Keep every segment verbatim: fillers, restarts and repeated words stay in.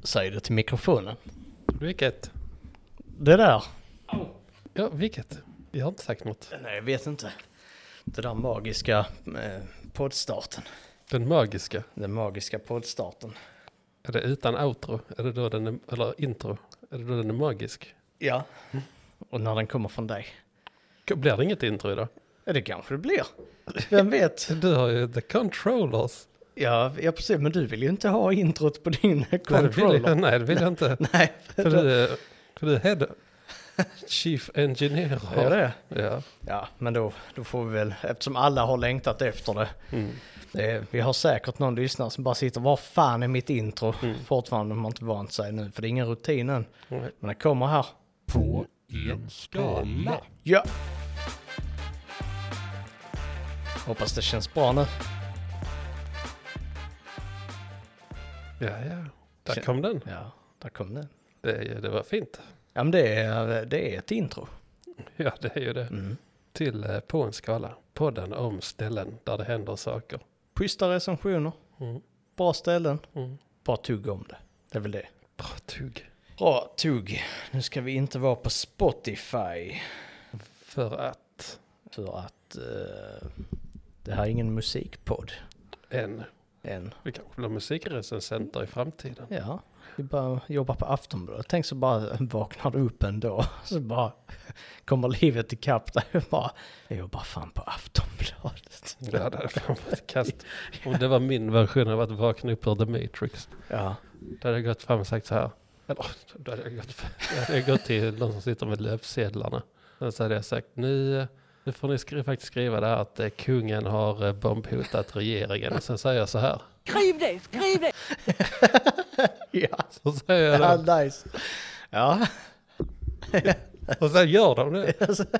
Säg det till mikrofonen. Vilket? Det där. Ja, vilket? Jag har inte sagt något. Nej, jag vet inte. Det där magiska eh, poddstarten. Den magiska? Den magiska poddstarten. Är det utan outro? Är det då den är, eller intro? Är det då den är magisk? Ja. Mm. Och när den kommer från dig. Blir det inget intro idag? Ja, det kanske det blir. Vem vet? Du har ju the controllers. Ja, ja, precis. Men du vill ju inte ha introt på din controller. Nej, det vill jag, nej, det vill jag inte. Nej. För du är, för du är head chief engineer. Är det? Ja. Ja, men då, då får vi väl, eftersom alla har längtat efter det. Mm. det är, vi har säkert någon lyssnare som bara sitter, vad fan är mitt intro? Mm. Fortfarande har man inte vant sig nu, för det är ingen rutin än. Nej. Men det kommer här. På en skala. Ja! Hoppas det känns bra nu. Ja, ja. Där kom den. Ja, där kom den. Det, det var fint. Ja, men det är, det är ett intro. Ja, det är ju det. Mm. Till eh, På en skala. Podden om ställen där det händer saker. Schyssta recensioner. Mm. Bra ställen. Mm. Bra tugg om det. Det är väl det. Bra tugg. Bra tugg. Nu ska vi inte vara på Spotify. För att För att uh, det här är ingen musikpodd en, än. vi kanske blir musikrecensenter i framtiden. Ja, vi bara jobbar på Aftonbladet. Tänk så bara vaknar du upp en dag. Så bara kommer livet ikapp där. Jag bara, jag jobbar fan på Aftonbladet. Det hade fan varit kast. Om det var min version av att vakna upp ur The Matrix. Ja. Då hade jag gått fram och sagt så här. Eller, då hade jag gått, då hade jag gått till någon som sitter med löpsedlarna. Och så hade jag sagt, nu, nu får ni skri- faktiskt skriva det här att eh, kungen har eh, bombhotat regeringen. Och sen säger jag så här. Skriv det, skriv det! Ja. Så säger jag det. Ja, nice. Ja. Och sen gör de det.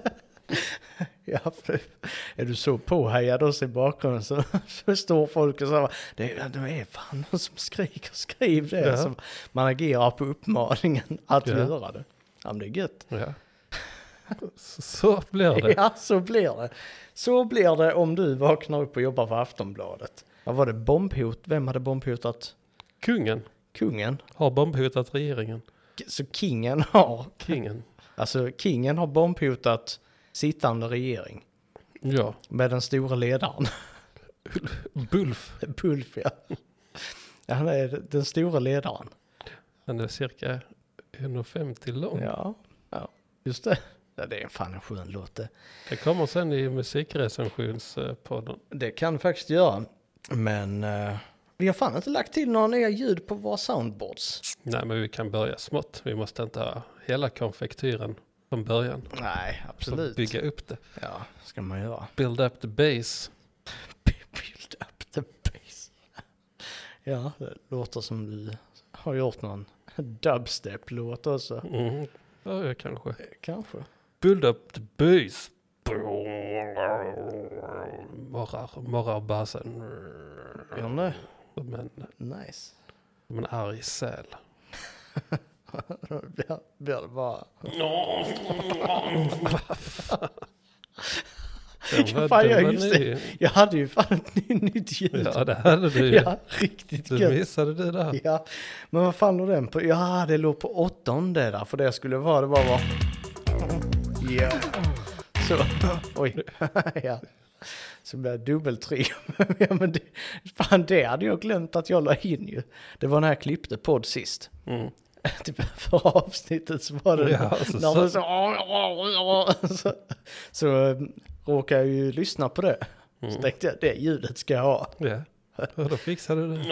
Ja, för är du så påhejad oss i bakgrunden så, så står folk och säger det, det är fan någon som skriker, skriv det. Ja. Så man agerar på uppmaningen att Ja. göra det. Ja, men det är gött. Ja. Så, så blir det. Ja, så blir det. Så blir det om du vaknar upp och jobbar för Aftonbladet. Vad var det? Bombhot? Vem hade bombhotat? Kungen Kungen. har bombhotat regeringen. K- Så kingen har, Kingen. alltså kingen har bombhotat sittande regering Ja. med den stora ledaren. Bulf. Pulf, ja. Ja, han är den stora ledaren. Han är cirka en komma femtio lång. Ja, ja, just det. Ja, det är fan en skön låt det. Det kommer sen i musikrecensionspodden. Det kan vi faktiskt göra. Men uh, vi har fan inte lagt till några nya ljud på våra soundboards. Nej, men vi kan börja smått. Vi måste inte ha hela konfektyren från början. Nej, Så absolut. bygga upp det. Ja, ska man göra. Build up the base. Build up the base. Ja, det låter som du har gjort någon dubstep-låt också. Mm. Ja, kanske. Kanske. Build up the base. Morrar, morrar basen. Ja, nej. Som en, Nice. som en arg säl. Då blir, blir det bara... Den var- Fan, den ja, var just ny. det. Jag hade ju fan ett ny- nytt ljud. Ja, det hade du ju. Ja, riktigt Du gött. missade det där. Ja, men vad fan låg den på? Ja, det låg på åttonde där, för det skulle vara, det bara var... Ja. Så, oj. Ja. Så blev det dubbeltre. Ja, men det, fan, det hade jag glömt att jag la in ju. Det var när jag klippte podd sist. Mm. Typ förra avsnittet så var det... Ja, så- när det så, så, så um, råkade jag ju lyssna på det. Så Mm. tänkte jag, det ljudet ska jag ha. Ja, och då fixade du det.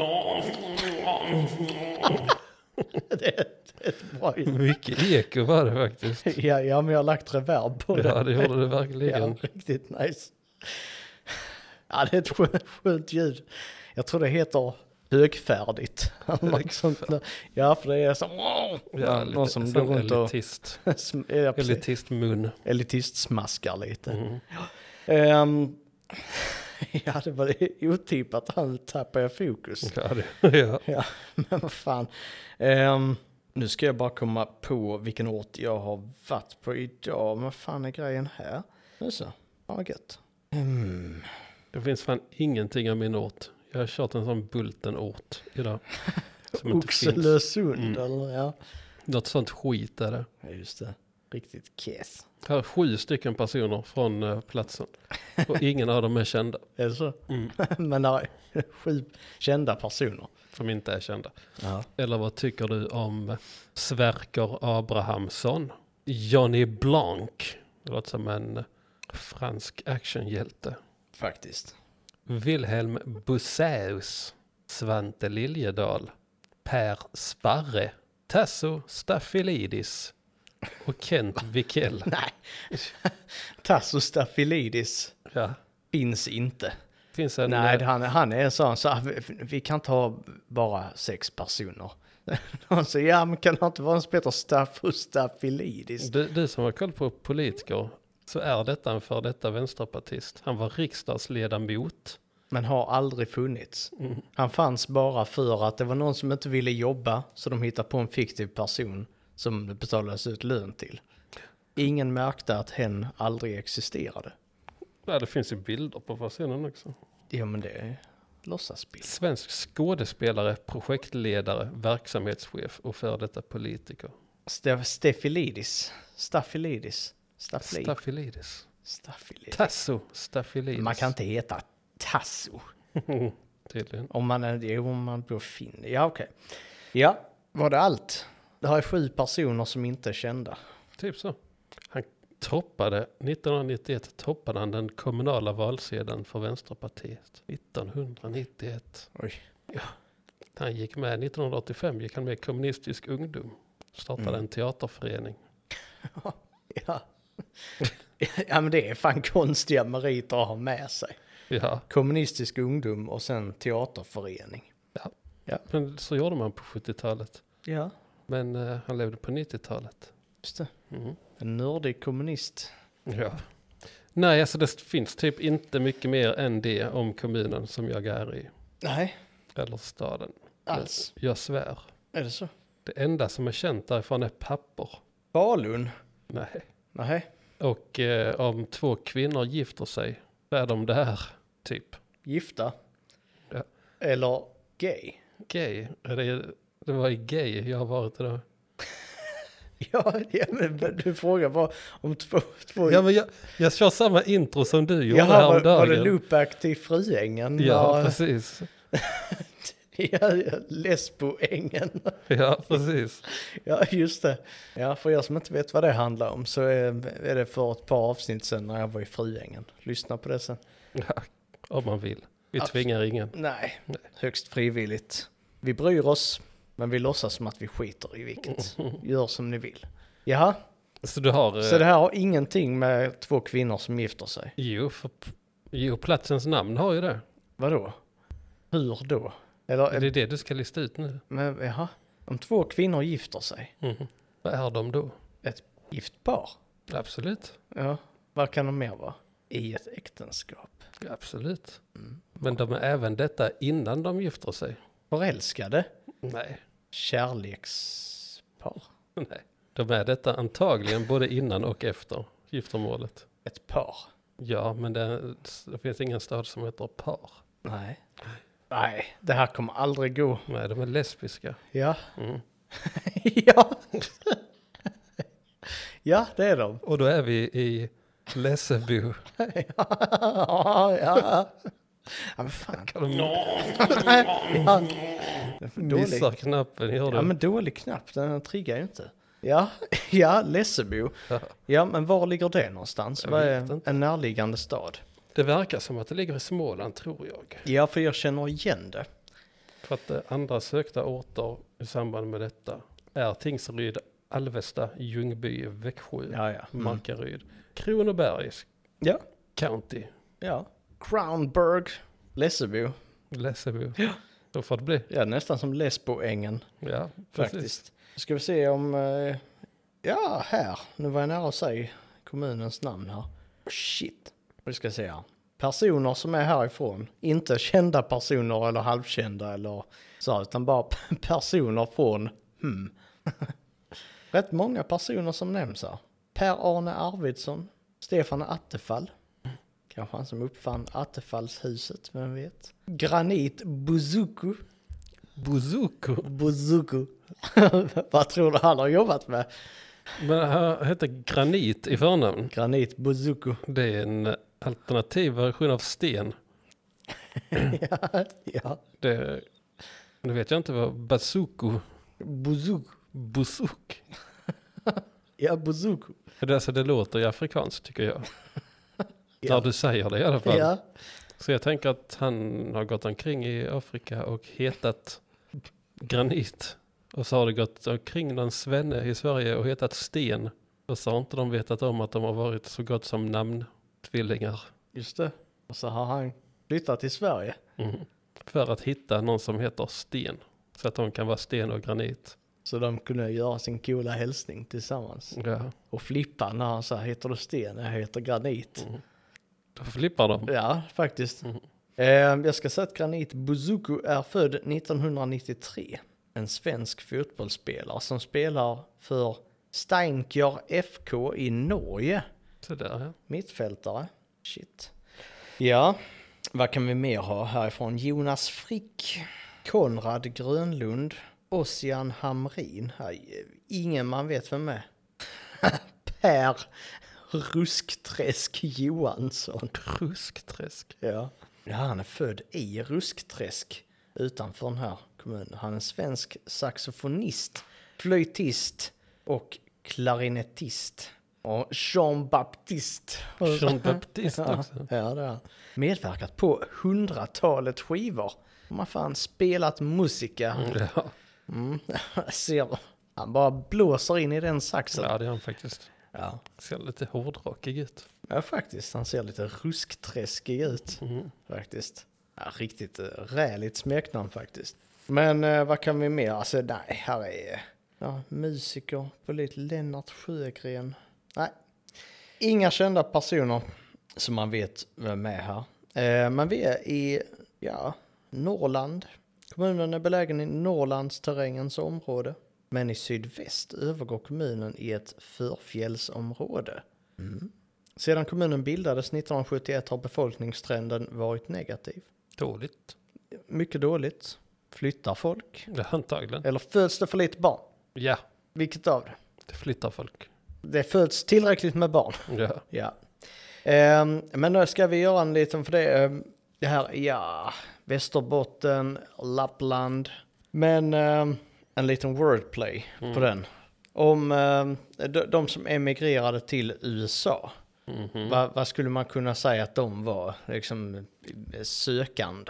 Det är ett bra ljud. Mycket eko var det faktiskt. Ja, ja, men jag har lagt reverb på det. Ja, det gjorde det verkligen. Ja, riktigt nice. Ja, det är ett skönt, skönt ljud. Jag tror det heter högfärdigt. Något sånt där. Ja, för det är så... Ja, någon lite, som som går runt och... elitist. sm- ja, precis. Elitistmun. Elitist-smaskar lite. Mm. Ehm, ja, det var otippat. Han tappade fokus. Ja, det, ja. Ja, men vad fan. Ehm, nu ska jag bara komma på vilken ort jag har varit på idag. Men vad fan är grejen här? Nu så. Fan vad gött. Mm. Det finns fan ingenting av min ort. Jag har kört en sån Bulten-ort idag. Som inte finns. Oxelösund, Mm. eller ja. Något sånt skit är det. Ja, just det. Riktigt kes. Här är sju stycken personer från uh, platsen. Och ingen av dem är kända. Är det så? Mm. Men där är sju kända personer. Som inte är kända. Ja. Eller vad tycker du om Sverker Abrahamsson? Johnny Blanc. Det låter som en fransk actionhjälte. Faktiskt. Wilhelm Busäus. Svante Liljedal. Per Sparre. Tasso Staphylidis. Och Kent Wikell. Nej. Tasso Staphylidis Ja. finns inte. Finns en... Nej, han, han är en sån, så vi, vi kan inte ha bara sex personer. Han säger, ja men kan det inte vara en som heter Staffo Staphylidis? Du, du som har koll på politiker, så är detta en för detta vänsterpartist. Han var riksdagsledamot. Men har aldrig funnits. Mm. Han fanns bara för att det var någon som inte ville jobba, så de hittade på en fiktiv person som det betalades ut lön till. Ingen märkte att hen aldrig existerade. Ja, det finns ju bilder på personen också. Ja men det är låtsasbild. Svensk skådespelare, projektledare, verksamhetschef och för detta politiker. Ste- Staphylidis. Staphylidis. Staphylidis. Staphylidis. Staphylidis. Tasso Staphylidis. Man kan inte heta Tasso. Tydligen. Om man är, jo, om man bor fin. Ja, okej. Ja, var det allt? Det har sju personer som inte är kända. Typ så. Han toppade, nittonhundranittioett toppade han den kommunala valsedeln för Vänsterpartiet. nittonhundranittioett. Oj. Ja. Han gick med, nittonhundraåttiofem gick han med i Kommunistisk ungdom. Startade Mm. en teaterförening. Ja. Ja, men det är fan konstiga meriter att ha med sig. Ja, Kommunistisk ungdom och sen teaterförening. men så gjorde man på sjuttiotalet. Ja, Men eh, han levde på nittiotalet. just det. Mm. En nördig kommunist. Ja. Nej, alltså det finns typ inte mycket mer än det om kommunen som jag är i. Nej, Eller staden. alls. Jag svär. Är det så? Det enda som är känt därifrån är papper. Falun? Nej. Nej. Och eh, om två kvinnor gifter sig, så är de där, typ. Gifta? Ja. Eller gay? Gay. Är det, det var i gay jag har varit idag. Ja, ja men du frågar bara om två... två... Ja, men jag, jag kör samma intro som du gjorde Jaha, var, häromdagen. var det loopback till Fruängen? Ja, Var- precis. Ja, Lesboängen. Ja, precis. Ja, just det. Ja, för er som inte vet vad det handlar om så är, är det för ett par avsnitt sedan när jag var i Fruängen. Lyssna på det sen. Ja, om man vill. Vi Absolut. tvingar ingen. Nej, högst frivilligt. Vi bryr oss, men vi låtsas som att vi skiter i vilket. Gör som ni vill. Jaha, Så du har... så eh, det här har ingenting med två kvinnor som gifter sig. Jo, för, jo, platsens namn har ju det. Vadå? Hur då? Eller, Är det det du ska lista ut nu? men, jaha, om två kvinnor gifter sig, Mhm. Vad är de då? gift par, Absolut. ja, vad kan de mer vara? I ett äktenskap. Absolut. Mm. Men de är även detta innan de gifter sig. Förälskade, Nej. kärlekspar, Nej. De är detta antagligen både innan och efter giftermålet. ett par. Ja, men det, det finns ingen stad som heter par. Nej. Nej, det här kommer aldrig gå. Nej, de är lesbiska. Ja. Mm. Ja. Ja, det är de. Och då är vi i Lessebo. Ja, ja. Ja, men fan. Kan de Ja. Dålig. missa knappen? Gör du? Ja, men dålig knapp. Den triggar ju inte. Ja, ja, Lessebo. Ja. Ja, men var ligger det någonstans? Jag Vad vet är inte. en närliggande stad? Det verkar som att det ligger i Småland, tror jag. Ja, för jag känner igen det. För att eh, andra sökta orter i samband med detta är Tingsryd, Alvesta, Ljungby, Växjö, Ja, ja. Mm. Markaryd, Kronobergs Ja, County, ja. Crownburg, Lessebo. Lessebo. Ja. Då får det bli. Ja, nästan som Lesboängen. Ja, precis. Faktiskt. Ska vi se om... eh, Ja, här. Nu var jag nära att säga kommunens namn här. Shit. Vi ska se här. Personer som är härifrån. Inte kända personer eller halvkända eller så, utan bara personer från... Hmm. Rätt många personer som nämns här. Per-Arne Arvidsson. Stefan Attefall. Kanske han som uppfann Attefallshuset, vem vet. Granit Bouzoukou. Bouzoukou. Bouzoukou. Vad tror du han har jobbat med? Men han heter Granit i förnamn. Granit Bouzoukou. Det är en alternativ version av sten. ja, ja. Det, nu vet jag inte vad bazooku. Bouzoukou. Bouzoukou. Ja, Bouzoukou. Det är alltså det låter ju afrikanskt tycker jag. Ja. Där du säger det i alla fall. Ja. Så jag tänker att han har gått omkring i Afrika och hetat Granit. Och så har det gått omkring någon svenne i Sverige och hetat Sten. Och så har inte de vetat om att de har varit så gott som namntvillingar. Just det. Och så har han flyttat till Sverige. Mm. För att hitta någon som heter Sten. Så att de kan vara Sten och Granit. Så de kunde göra sin coola hälsning tillsammans. Ja. Och flippa när han sa, heter du Sten? Jag heter Granit. Mm. Då flippar de. Ja, faktiskt. Mm. Eh, jag ska säga att Granit Bouzoukou är född nittonhundranittiotre. En svensk fotbollsspelare som spelar för Steinkjer F K i Norge. Så där, ja. Mittfältare. Shit. Ja, vad kan vi mer ha härifrån? Jonas Frick, Konrad Grönlund, Ossian Hamrin. Aj, ingen man vet vem är. Per Ruskträsk Johansson. Ruskträsk. Ja. Ja, han är född i Ruskträsk utanför den här kommunen. Han är svensk saxofonist, flöjtist och klarinettist. Och Jean-Baptiste. Jean-Baptiste också. Ja, ja, det har han. Medverkat på hundratalet skivor. De har fan spelat musika. Ja. Mm. Jag ser, han bara blåser in i den saxen. Ja, det är han faktiskt. Ja. Ser lite hårdrockig ut. Ja, faktiskt. Han ser lite ruskträskig ut. Mm. Faktiskt. Ja, riktigt uh, räligt smeknamn faktiskt. Men uh, vad kan vi mer? Alltså nej, här är ja, musiker på lite Lennart Sjögren. Nej, inga kända personer som man vet vem är här. Uh, men vi är i, ja, Norrland. Kommunen är belägen i Norrlandsterrängens område. Men i sydväst övergår kommunen i ett förfjällsområde. Mm. Sedan kommunen bildades nittonhundrasjuttioett har befolkningstrenden varit negativ. Dåligt. Mycket dåligt. Flyttar folk? Ja, antagligen. Eller föds det för lite barn? Ja, Vilket av det? det flyttar folk. Det föds tillräckligt med barn. Ja. Ja. Ehm, men nu ska vi göra en liten för det. Um, det här, ja, Västerbotten, Lappland. Men um, en liten wordplay Mm. på den. Om um, de, de som emigrerade till U S A. Mhm. Va, vad skulle man kunna säga att de var? Liksom sökande.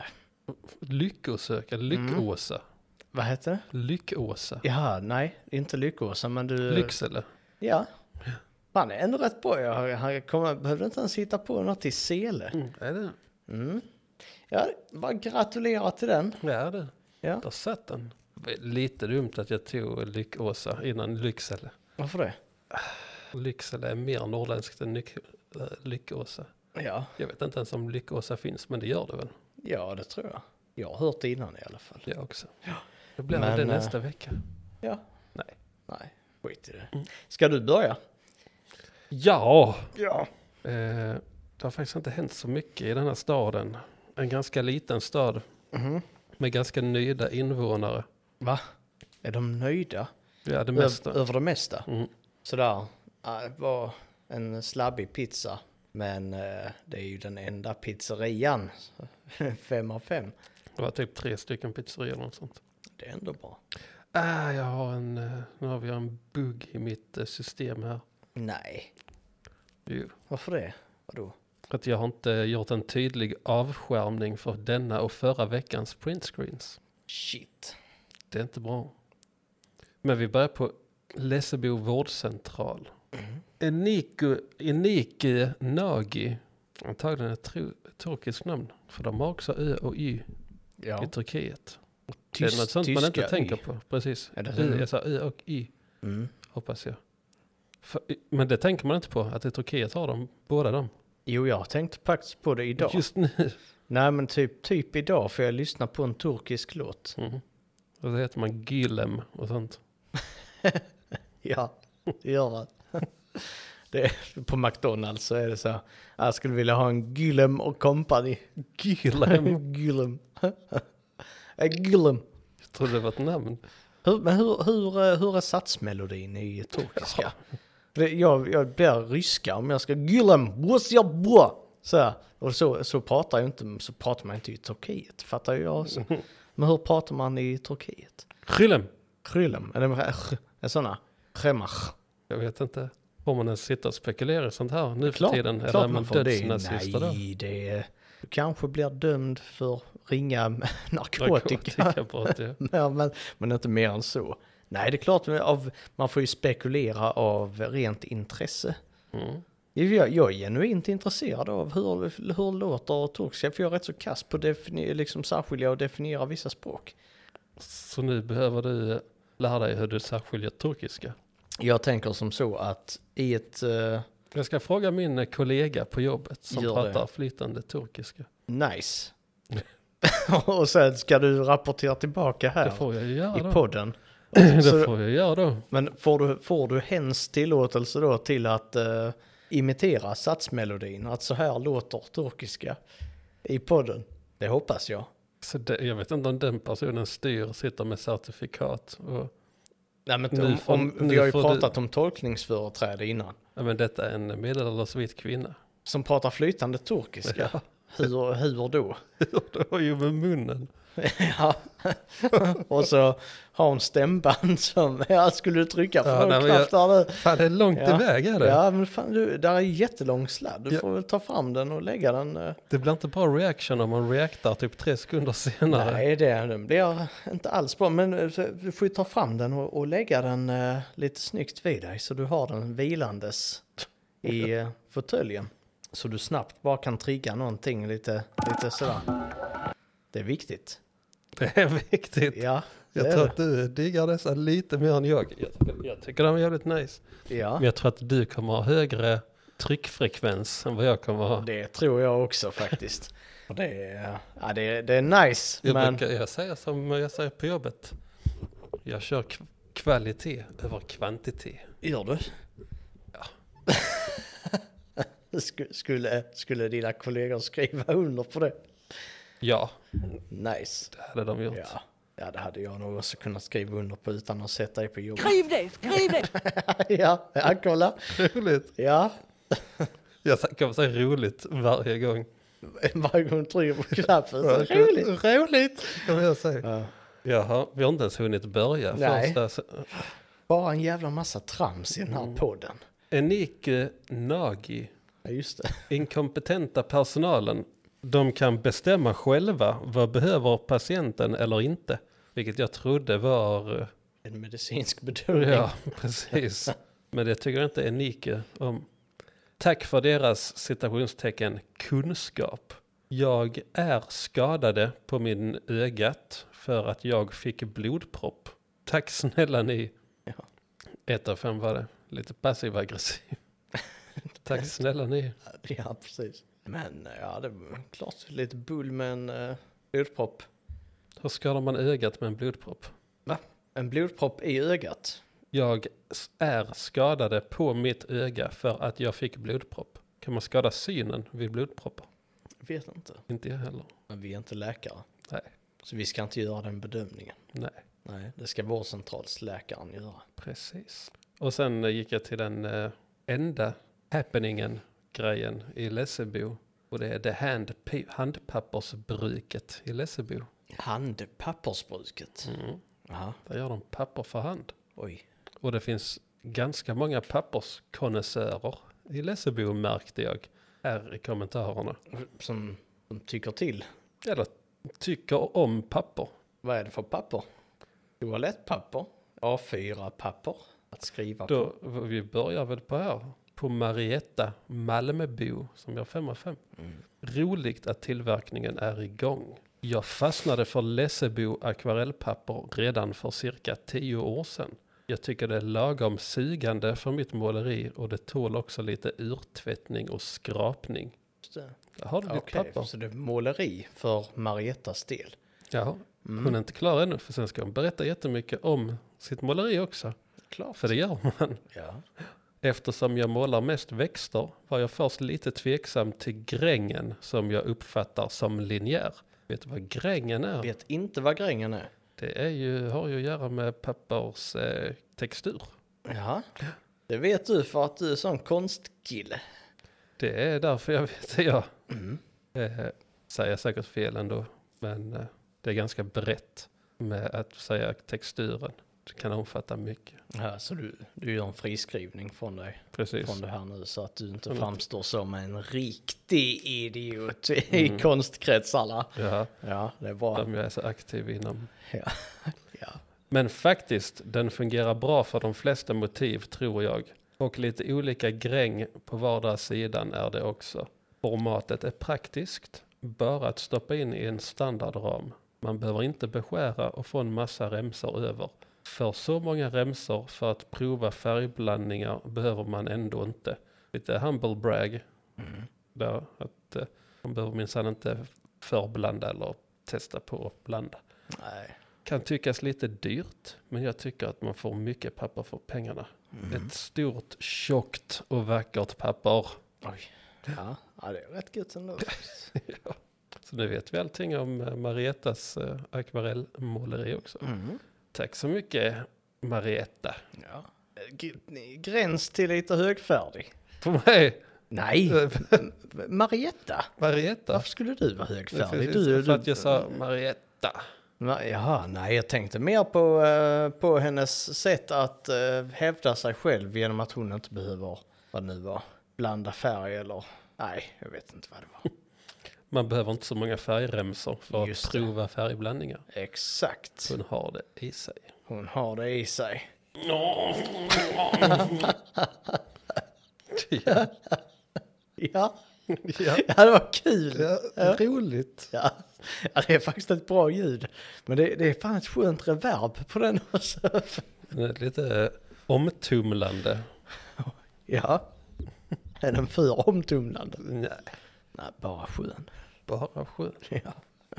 Lyckosöka, Lyckåsa. Vad heter det? Lyckåsa. Jaha, nej, inte Lyckåsa, men du... Lycksele. Ja. Han är ändå rätt bra. Jag, han kommer, behövde inte ens hitta på något i Sele. Mm. Är det? Mm. Ja, bara gratulera till den. Ja, det. Ja. Där satt den. Lite dumt att jag tog Lyckåsa innan Lycksele. Varför det? Lycksele är mer norrländskt än Lyck, äh, Lyckåsa. Ja. Jag vet inte ens om Lyckåsa finns, men det gör det väl. Ja, det tror jag. Jag har hört det innan i alla fall. Jag också. Det blir Men, det äh, nästa vecka. Ja. Nej. Nej, skit i det. Mm. Ska du börja? Ja! Ja. Eh, det har faktiskt inte hänt så mycket i den här staden. En ganska liten stad Mhm. med ganska nöjda invånare. Va? Är de nöjda? Ja, det mesta. Över, över det mesta? Mm. Sådär. Ja, det var en slabbig pizza. Men eh, det är ju den enda pizzerian. Fem av fem. Det var typ tre stycken pizzerior eller något sånt. Det är ändå bra. Ah, jag har en, eh, nu har vi en bugg i mitt eh, system här. Nej. Jo. Varför det? Vadå? Att jag har inte gjort en tydlig avskärmning för denna och förra veckans printscreens. Shit. Det är inte bra. Men vi börjar på Lessebo vårdcentral. Mm. Eniko, Enike Nagi. Antagligen ett tro- turkiskt namn. För de har också Ö och Y Ja. i Turkiet. Tyst, det är något sånt man inte tyska tänker Y. på. Precis. Är det Ö, så? jag sa Ö och Y, Mm. hoppas jag. För, men det tänker man inte på. Att i Turkiet har de båda dem. Jo, jag tänkte faktiskt på det idag. Just nu. Nej, men typ, typ idag för jag lyssnar på en turkisk låt. Mm. Och så heter man Gülem och sånt. Ja, det gör man. Det är, på McDonalds så är det så här. Jag skulle vilja ha en Gylem och company. Gülem. Gylem. Äh, Gylem. Tror det var ett namn? Hur, men hur, hur, hur är satsmelodin i turkiska? Ja. Jag, jag blir ryska om jag ska gillem, så här. Och så, så pratar jag inte, så pratar man inte i Turkiet, fattar jag. Så. Men hur pratar man i Turkiet? Krylem. Krylem, är det är sådana? Kremach. Jag vet inte. Får man ens sitta och spekulera i sånt här nu Klart, för tiden? klart Eller är man man får det. dödsnazister då? Nej, det är, du kanske blir dömd för ringa narkotika. Narkotikabrott, ja. Ja, men, men inte mer än så. Nej, det är klart, av, man får ju spekulera av rent intresse. Mm. Jag, jag är genuint intresserad av hur, hur låter turkiska, för jag är rätt så kass på att defini- liksom särskilja och definiera vissa språk. Så nu behöver du lära dig hur du särskiljer turkiska. Jag tänker som så att i ett... Uh, Jag ska fråga min kollega på jobbet som Gör pratar det. flytande turkiska. nice. Och sen ska du rapportera tillbaka här Det får jag ju göra i då. podden. Det Så- får jag göra då. Men får du, får du hens tillåtelse då till att uh, imitera satsmelodin? Att så här låter turkiska i podden? Det hoppas jag. Så det, jag vet inte om den personen styr, sitter med certifikat. Och, Nej, men Nu om, får- om, nu vi har ju får pratat om tolkningsföreträde innan. ja, men detta är en medelålders vit kvinna. Som pratar flytande turkiska. Ja. Hur, hur då? Det var ju med munnen. Ja. Och så har hon stämband som, ja, skulle du trycka på Ja, någon nej, men knapp där nu? Fan, det är långt Ja. iväg är det. Ja, men fan, du, där är jättelång sladd. Du Ja. får väl ta fram den och lägga den. eh. Det blir inte bra reaction om man reaktar typ tre sekunder senare. Nej, det, den blir inte alls bra. Men eh, så du får ju ta fram den och, och lägga den eh, lite snyggt vid dig. Så du har den vilandes i eh, fåtöljen. Så du snabbt bara kan trigga någonting lite, lite sådär. Det är viktigt. Det är viktigt. Ja, det Jag är tror det. att du diggar dessa lite mer än jag. Jag tycker, jag tycker de är jävligt nice. Ja, Men jag tror att du kommer ha högre tryckfrekvens än vad jag kommer ha. det tror jag också faktiskt. Och det, är, ja, det, är, det är nice, Jag men brukar jag säga som jag säger på jobbet. Jag kör kv- kvalitet över kvantitet. gör du? Ja. Sk- skulle, skulle dina kollegor skriva under på det? Ja, Nice. det hade de gjort. Ja. Ja, det hade jag nog också kunnat skriva under på utan att sätta dig på jobbet. Skriv det, skriv det! Ja, ja, kolla. Roligt. Ja, Jag kommer säga roligt varje gång. varje gång du trycker på knappen så är det roligt. Roligt, kommer jag säga. Ja. Jaha, vi har inte ens hunnit börja. Nej. Första, Bara en jävla massa trams i den här podden. Enike Nagi, Ja, just det. inkompetenta personalen. De kan bestämma själva vad behöver patienten eller inte. Vilket jag trodde var... En medicinsk bedömning. Ja, precis. Men det tycker jag inte Enike om. Tack för deras citationstecken kunskap. Jag är skadade på min ögat för att jag fick blodpropp. Tack snälla ni. Ja. Ett av fem var det. Lite passiv aggressiv. Tack snälla ni. Ja, precis. Men ja, det var klart lite bull med en uh, blodpropp. Hur skadar man ögat med en blodpropp? Va? En blodpropp i ögat? Jag s- är skadade på mitt öga för att jag fick blodpropp. Kan man skada synen vid blodproppar? Vet inte. Inte jag heller. Men vi är inte läkare. Nej. Så vi ska inte göra den bedömningen. Nej, Nej, det ska vårdcentralsläkaren göra. precis. Och sen eh, gick jag till den eh, enda happeningen grejen i Lessebo. Och det är det hand, handpappersbruket i Lessebo. Handpappersbruket. Mm. Jaha, Där gör de papper för hand. oj. Och det finns ganska många papperskonnässörer i Lessebo märkte jag här i kommentarerna. Som, som tycker till. Eller tycker om papper. Vad är det för papper? Toalettpapper? A fyra papper? Att skriva på? Då, vi börjar väl på här. På Marietta Malmöbo som gör fem av fem. Mm. Roligt att tillverkningen är igång. Jag fastnade för Lessebo akvarellpapper redan för cirka tio år sedan. Jag tycker det är lagom sugande för mitt måleri och det tål också lite urtvättning och skrapning. Just det. Där har du ditt Okej, papper. så det är måleri för Mariettas del. Ja, Mm. hon är inte klar ännu för sen ska hon berätta jättemycket om sitt måleri också. Klart. För det gör man. Ja. Eftersom jag målar mest växter var jag först lite tveksam till grängen som jag uppfattar som linjär. Vet du vad grängen är? Vet inte vad grängen är. Det är ju, har ju att göra med pappers eh, textur. Ja, det vet du för att du är sån konstkille. Det är därför jag vet det, ja. Mm. Eh, säger säkert fel ändå, men eh, det är ganska brett med att säga texturen. Det kan omfatta mycket. Ja, så du, du gör en friskrivning från dig. Precis. Från det här nu så att du inte Mm. framstår som en riktig idiot i Mm. konstkretsarna. Ja, Ja, det är bra. som jag är så aktiv inom. Ja. Ja. Men faktiskt, den fungerar bra för de flesta motiv, tror jag. Och lite olika gräng på vardera sidan är det också. Formatet är praktiskt, bara att stoppa in i en standardram. Man behöver inte beskära och få en massa remsor över. För så många remsor för att prova färgblandningar behöver man ändå inte. Lite humble brag. Mm. Där att eh, man behöver minsann inte förblanda eller testa på att blanda. Nej. Kan tyckas lite dyrt, men jag tycker att man får mycket papper för pengarna. Mm. Ett stort, tjockt och vackert papper. Oj. Ja, ja, det är rätt gött ändå. Ja. Så nu vet vi allting om eh, Marietas eh, akvarellmåleri också. Mm. Tack så mycket, Marietta. Ja. G- gräns till lite högfärdig. För mig, Nej, Marietta. Marietta. Varför skulle du vara högfärdig? Precis, Du, för du, att jag sa Marietta. Ma- Jaha, nej, jag tänkte mer på, eh, på hennes sätt att eh, hävda sig själv genom att hon inte behöver, vad det nu var, blanda färg eller, nej, jag vet inte vad det var. Man behöver inte så många färgremsor för Just att det. prova färgblandningar. Exakt, Hon har det i sig. hon har det i sig. Ja. Ja, Ja. ja det var kul. Ja. Roligt. Ja. Ja, det är faktiskt ett bra ljud. Men det, det är fan ett skönt reverb på den också. Det är lite omtumlande. Ja, är den för omtumlande? Nej, Nej, bara skön. bara skön. Ja.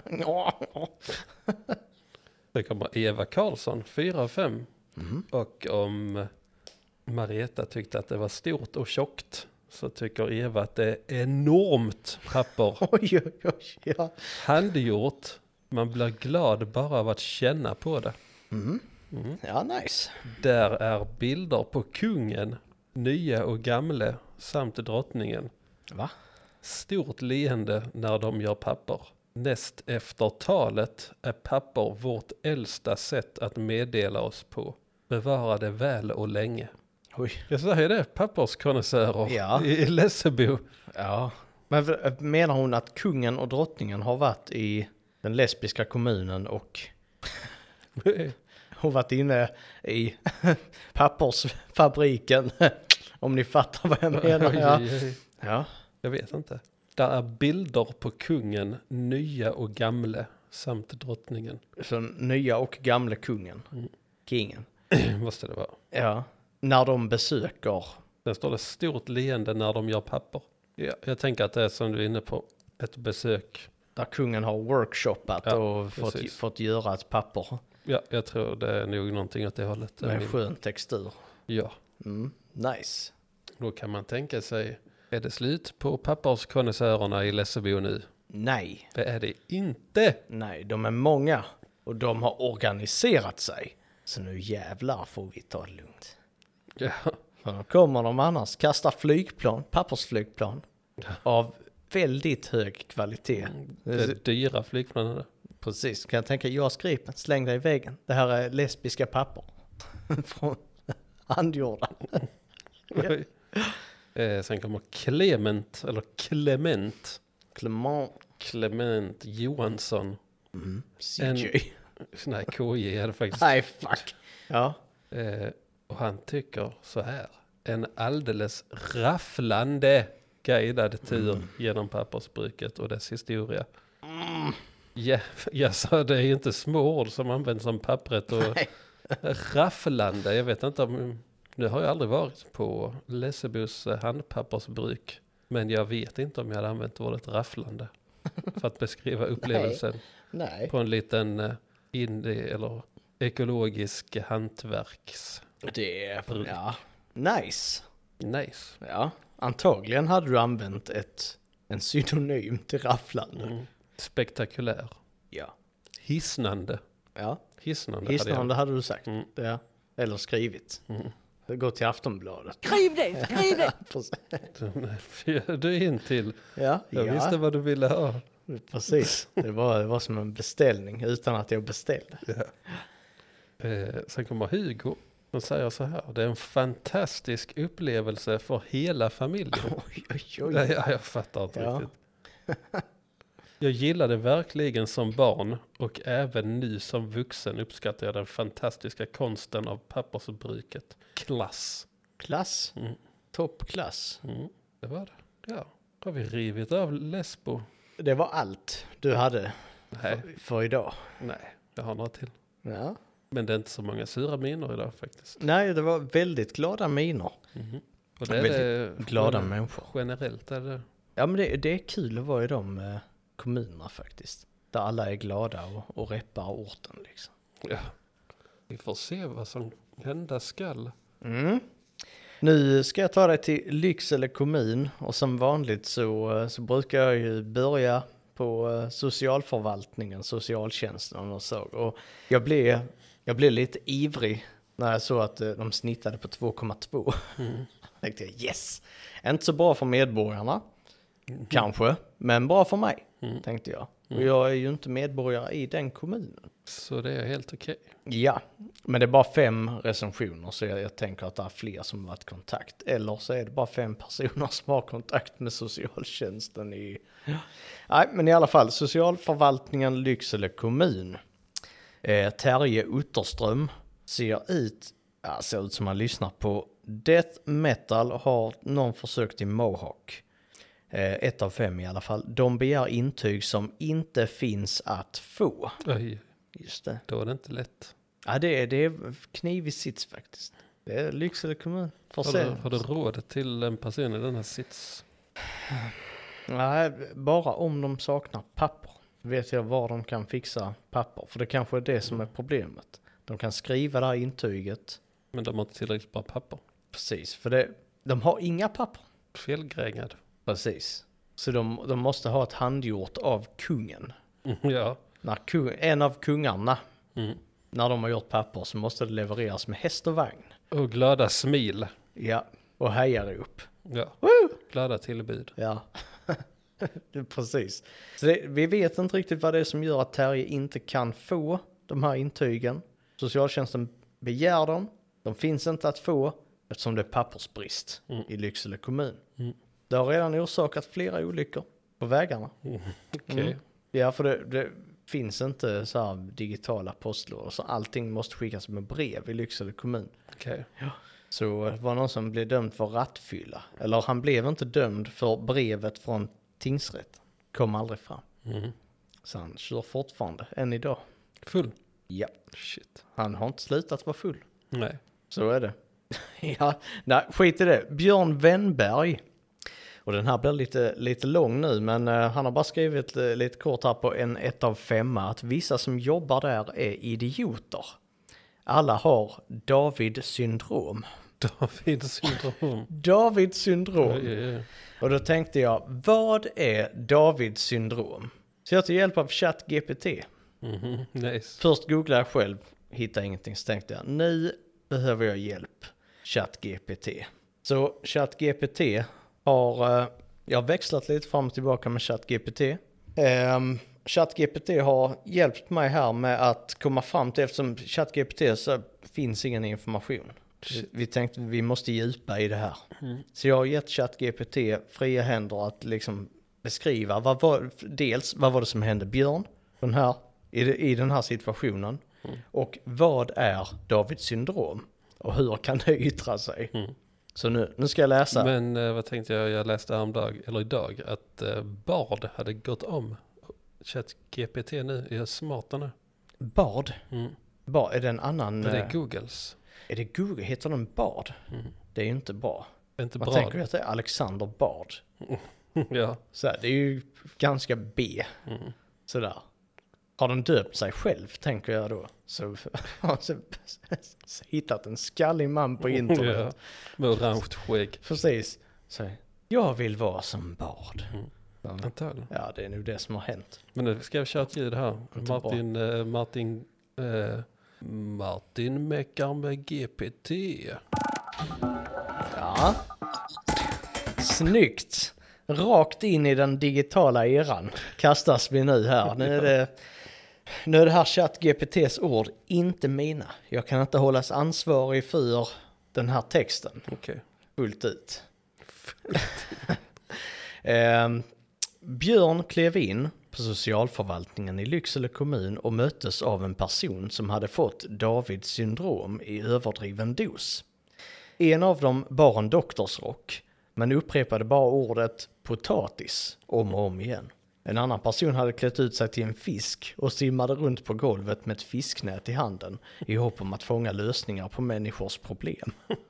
Det kommer Eva Karlsson, fyra av fem. Mm. Och om Marietta tyckte att det var stort och tjockt, så tycker Eva att det är enormt papper. Oj, oj, oj. Ja. Handgjort. Man blir glad bara av att känna på det. Mm. Mm. Ja, nice. Där är bilder på kungen, nya och gamla, samt drottningen. Va? Stort leende när de gör papper. Näst efter talet är papper vårt äldsta sätt att meddela oss på. Bevara det väl och länge. Oj. Jag säger det, papperskonnässörer Ja. i Lessebo. Ja. Men v- menar hon att kungen och drottningen har varit i den lesbiska kommunen och har varit inne i pappersfabriken? Om ni fattar vad jag menar. Oj, Ja. oj, oj. Ja. Jag vet inte. Där är bilder på kungen, nya och gamla, samt drottningen. Så nya och gamla kungen. Mm. Kingen. Måste det vara. Ja. När de besöker. Där står det stort leende när de gör papper. Ja, jag tänker att det är som du är inne på, ett besök. Där kungen har workshoppat Ja, och fått, precis. fått göra ett papper. Ja, jag tror det är nog någonting åt det hållet. Med Min- skön textur. Ja, Mm. Nice. då kan man tänka sig, är det slut på papperskonnässörerna i Lessebo nu? Nej. Det är det inte. Nej, de är många. Och de har organiserat sig. Så nu jävlar får vi ta det lugnt. Ja, För då kommer de annars kasta flygplan, pappersflygplan. Av väldigt hög kvalitet. det är dyra flygplanen. Precis, kan jag tänka, jag skriver, släng dig i väggen. Det här är lesbiska papper. Från handgjorda. Ja. eh, sen kommer Clement, eller Clement, Clement. Clement Johansson. Mm. En- C J. Nej, K J är det faktiskt. Nej, fuck. Ja. Eh, och han tycker så här. En alldeles rafflande guidad tur Mm. genom pappersbruket och dess historia. Ja, jag sa det är inte små ord som används som pappret och Nej. rafflande. Jag vet inte om, nu har jag aldrig varit på Lessebos handpappersbruk. Men jag vet inte om jag hade använt ordet rafflande för att beskriva upplevelsen Nej. på en liten eh, indie eller ekologisk hantverks. Det är, ja. Nice. Nice. Ja. Antagligen hade du använt ett, en synonym till rafflande. Mm. Spektakulär. Ja. Hisnande. Ja. Hisnande. Hisnande hade du sagt. Mm. Ja. Eller skrivit. Mm. Gå till Aftonbladet. Skriv det, skriv det! Du, du är in till. Ja, Jag ja. visste vad du ville ha. Precis. Det var, det var som en beställning utan att jag beställde. Ja. Eh, sen kommer Hugo. Han säger så här. Det är en fantastisk upplevelse för hela familjen. Oj, oj, oj. Ja, ja, jag fattar inte Ja. riktigt. Jag gillade verkligen som barn och även nu som vuxen uppskattar jag den fantastiska konsten av pappersbruket. Klass. Klass. Mm. Toppklass. Mm, det var det. Ja, har vi rivit av Lesbo? Det var allt du hade Nej, för, för idag. nej, jag har några till. Ja. Men det är inte så många sura miner idag faktiskt. Nej, det var väldigt glada miner. Mhm. Och det är Väldigt det glada gener- människor. Generellt är det. Ja, men det, det är kul att vara i de eh, kommunerna faktiskt. Där alla är glada och, och reppar orten liksom. Ja. Vi får se vad som hända skall. Mm. Nu ska jag ta dig till Lycksele kommun och som vanligt så, så brukar jag ju börja på eh, socialförvaltningen, socialtjänsten och så. Och jag blev, jag blev lite ivrig när jag såg att eh, de snittade på två komma två. Mm. Tänkte jag yes, inte så bra för medborgarna, kanske, men bra för mig, Mm. tänkte jag. Och Mm. jag är ju inte medborgare i den kommunen. Så det är helt okej. Ja, men det är bara fem recensioner så jag, jag tänker att det är fler som har varit kontakt. Eller så är det bara fem personer som har kontakt med socialtjänsten i... Nej, men i alla fall, socialförvaltningen Lycksele kommun. Eh, Terje Utterström ser ut, ja, ser ut som han lyssnar på death metal, har någon försökt i Mohawk. Eh, ett av fem i alla fall. De begär intyg som inte finns att få. Oj, Just det. då är det inte lätt. Ja, det är, det är knivig sits faktiskt. Det är Lycksele kommun. Får Har se. du, har du råd till en person i den här sits? Nej, bara om de saknar papper. Vet jag var de kan fixa papper. För det kanske är det som är problemet. De kan skriva det här intyget. Men de har inte tillräckligt bra papper. Precis, för det, de har inga papper. Felgrängad. Precis. Så de, de måste ha ett handgjort av kungen. Mm, ja. När kung, en av kungarna, Mm. när de har gjort papper så måste det levereras med häst och vagn. Och glada smil. Ja, och hejar upp. Ja. Glada tillbud. Ja, det är precis. Så det, vi vet inte riktigt vad det är som gör att Terje inte kan få de här intygen. Socialtjänsten begär dem. De finns inte att få eftersom det är pappersbrist Mm. i Lycksele kommun. Mm. Det har redan orsakat flera olyckor på vägarna. Mm. Okej. Mm. Ja, för det, det finns inte så här digitala postlådor. Så allting måste skickas med brev i Lycksele kommun. Okej. Så det var någon som blev dömd för rattfylla. Eller han blev inte dömd för brevet från tingsrätt. Kom aldrig fram. Mm. Så han kör fortfarande, än idag. Full? Ja, Shit. han har inte slutat vara full. Nej. Så är det. Ja, nej, skit i det. Björn Wennberg. Och den här blir lite, lite lång nu, men uh, han har bara skrivit uh, lite kort här på en ett av femma att vissa som jobbar där är idioter. Alla har David syndrom. David syndrom. David syndrom. Oj, oj, oj. Och då tänkte jag, vad är David syndrom? Så jag tog hjälp av ChatGPT. Mhm, nice. Först googlade jag själv, hittade ingenting, så tänkte jag, nu behöver jag hjälp. ChatGPT. Så ChatGPT har, uh, jag har växlat lite fram och tillbaka med ChatGPT. Um, ChatGPT har hjälpt mig här med att komma fram till, eftersom ChatGPT så finns ingen information. Vi, vi tänkte vi måste djupa i det här. Mm. Så jag har gett ChatGPT fria händer att liksom beskriva vad var, dels vad var det som hände Björn den här, i, i den här situationen. Mm. Och vad är Davids syndrom? Och hur kan det yttra sig? Mm. Så nu, nu ska jag läsa. Men eh, vad tänkte jag, jag läste häromdag, eller idag, att eh, Bard hade gått om ChatGPT nu, är smarta nu. Bard? Mm. Bard, är det en annan... Men det eh, är Googles. Är det Google? Heter den Bard? Mm. Det är ju inte bra. Det är inte Vad bra. tänker du att det är Alexander Bard? Ja. Så här, det är ju ganska B. Mm. Sådär. Har den döpt sig själv, tänker jag då. Så har så, så hittat en skallig man på internet. Ja. Med orange skägg. Precis. Så, jag vill vara som Bard. Mm. Ja, Antagligen. ja, det är nu det som har hänt. Men nu ska jag köra ett ljud här. Inte Martin, eh, Martin eh, Martin meckar med G P T. Ja. Snyggt. Rakt in i den digitala eran kastas vi nu här. Nu är det, nu är det här ChatGPTs ord, inte mina. Jag kan inte hållas ansvarig för den här texten. Okej. Fullt ut. eh, Björn klev in på socialförvaltningen i Lycksele kommun och möttes av en person som hade fått Davids syndrom i överdriven dos. En av dem bar en doktorsrock, men upprepade bara ordet potatis om och om igen. En annan person hade klätt ut sig till en fisk och simmade runt på golvet med ett fisknät i handen i hopp om att fånga lösningar på människors problem.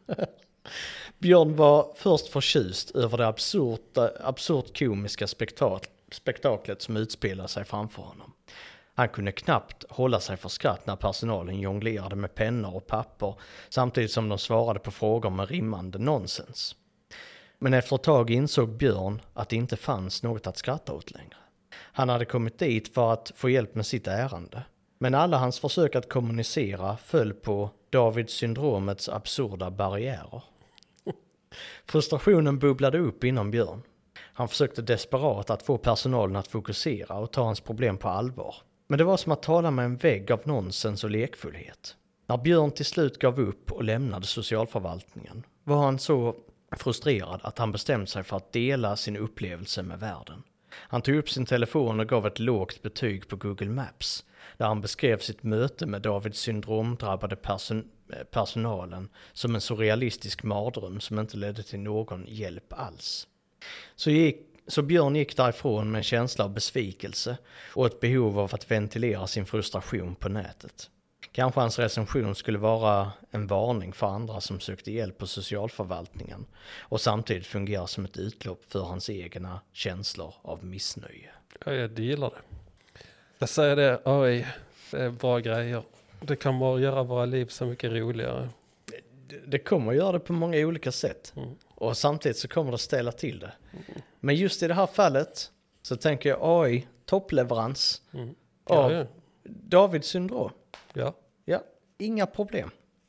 Björn var först förtjust över det absurt, absurt komiska spektak- spektaklet som utspelade sig framför honom. Han kunde knappt hålla sig för skratt när personalen jonglerade med pennor och papper samtidigt som de svarade på frågor med rimmande nonsens. Men efter ett tag insåg Björn att det inte fanns något att skratta åt längre. Han hade kommit dit för att få hjälp med sitt ärende. Men alla hans försök att kommunicera föll på Davids syndromets absurda barriärer. Frustrationen bubblade upp inom Björn. Han försökte desperat att få personalen att fokusera och ta hans problem på allvar. Men det var som att tala med en vägg av nonsens och lekfullhet. När Björn till slut gav upp och lämnade socialförvaltningen var han så frustrerad att han bestämde sig för att dela sin upplevelse med världen. Han tog upp sin telefon och gav ett lågt betyg på Google Maps där han beskrev sitt möte med Davids syndromdrabbade person- personalen som en surrealistisk mardröm som inte ledde till någon hjälp alls. Så, gick, så Björn gick därifrån med en känsla av besvikelse och ett behov av att ventilera sin frustration på nätet. Kanske hans recension skulle vara en varning för andra som sökte hjälp på socialförvaltningen och samtidigt fungera som ett utlopp för hans egna känslor av missnöje. Ja, jag gillar det. Jag säger det, oj, det är bra grejer. Det kommer att göra våra liv så mycket roligare. Det, det kommer att göra det på många olika sätt. Mm. Och samtidigt så kommer det att ställa till det. Mm. Men just i det här fallet så tänker jag A I, toppleverans Mm. Ja, av ja. Davids syndrom. Ja. Ja, inga problem.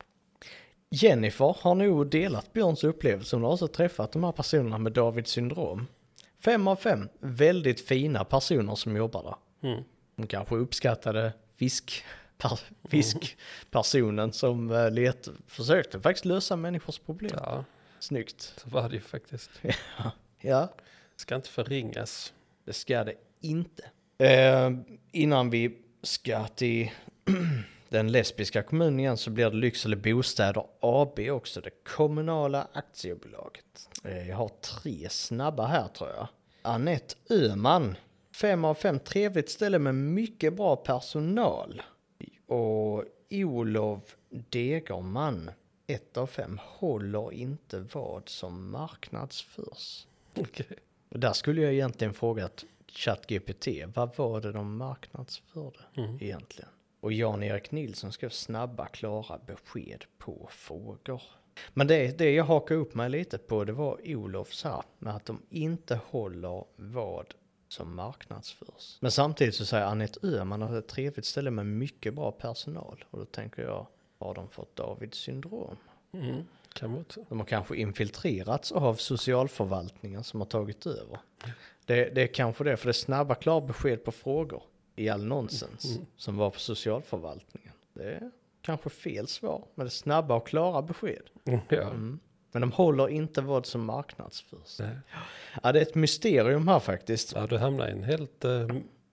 Jennifer har nog delat Björns upplevelse. Hon har också träffat de här personerna med Davids syndrom. Fem av fem väldigt fina personer som jobbar där. Mm. Hon kanske uppskattade fisk, per, fiskpersonen som uh, let, försökte faktiskt lösa människors problem. Ja, Snyggt. så var det ju faktiskt. Ja, Ska inte förringas. det ska det inte. Eh, innan vi ska till den lesbiska kommunen igen så blir det Lycksele Bostäder A B också, det kommunala aktiebolaget. Eh, jag har tre snabba här tror jag. Annette Öhman, fem av fem, trevligt ställe med mycket bra personal. Och Olof Degerman, ett av fem, håller inte vad som marknadsförs. Okej. Och där skulle jag egentligen frågat ChatGPT, vad var det de marknadsförde Mm. egentligen? Och Jan-Erik Nilsson skrev snabba, klara besked på frågor. Men det, det jag hakar upp mig lite på, det var Olofs här, med att de inte håller vad som marknadsförs. Men samtidigt så säger Annette Öhman att det är ett trevligt ställe med mycket bra personal. Och då tänker jag, har de fått Davids syndrom? Mm. Kan man inte. De har kanske infiltrerats av socialförvaltningen som har tagit över. Det, det är kanske det, för det är snabba, klara besked på frågor i all nonsens Mm. som var på socialförvaltningen. Det är kanske fel svar, men det är snabba och klara besked. Mm. Ja. Mm. Men de håller inte vad som marknadsförs. Nej. Ja, det är ett mysterium här faktiskt. Ja, du hamnar i en helt uh,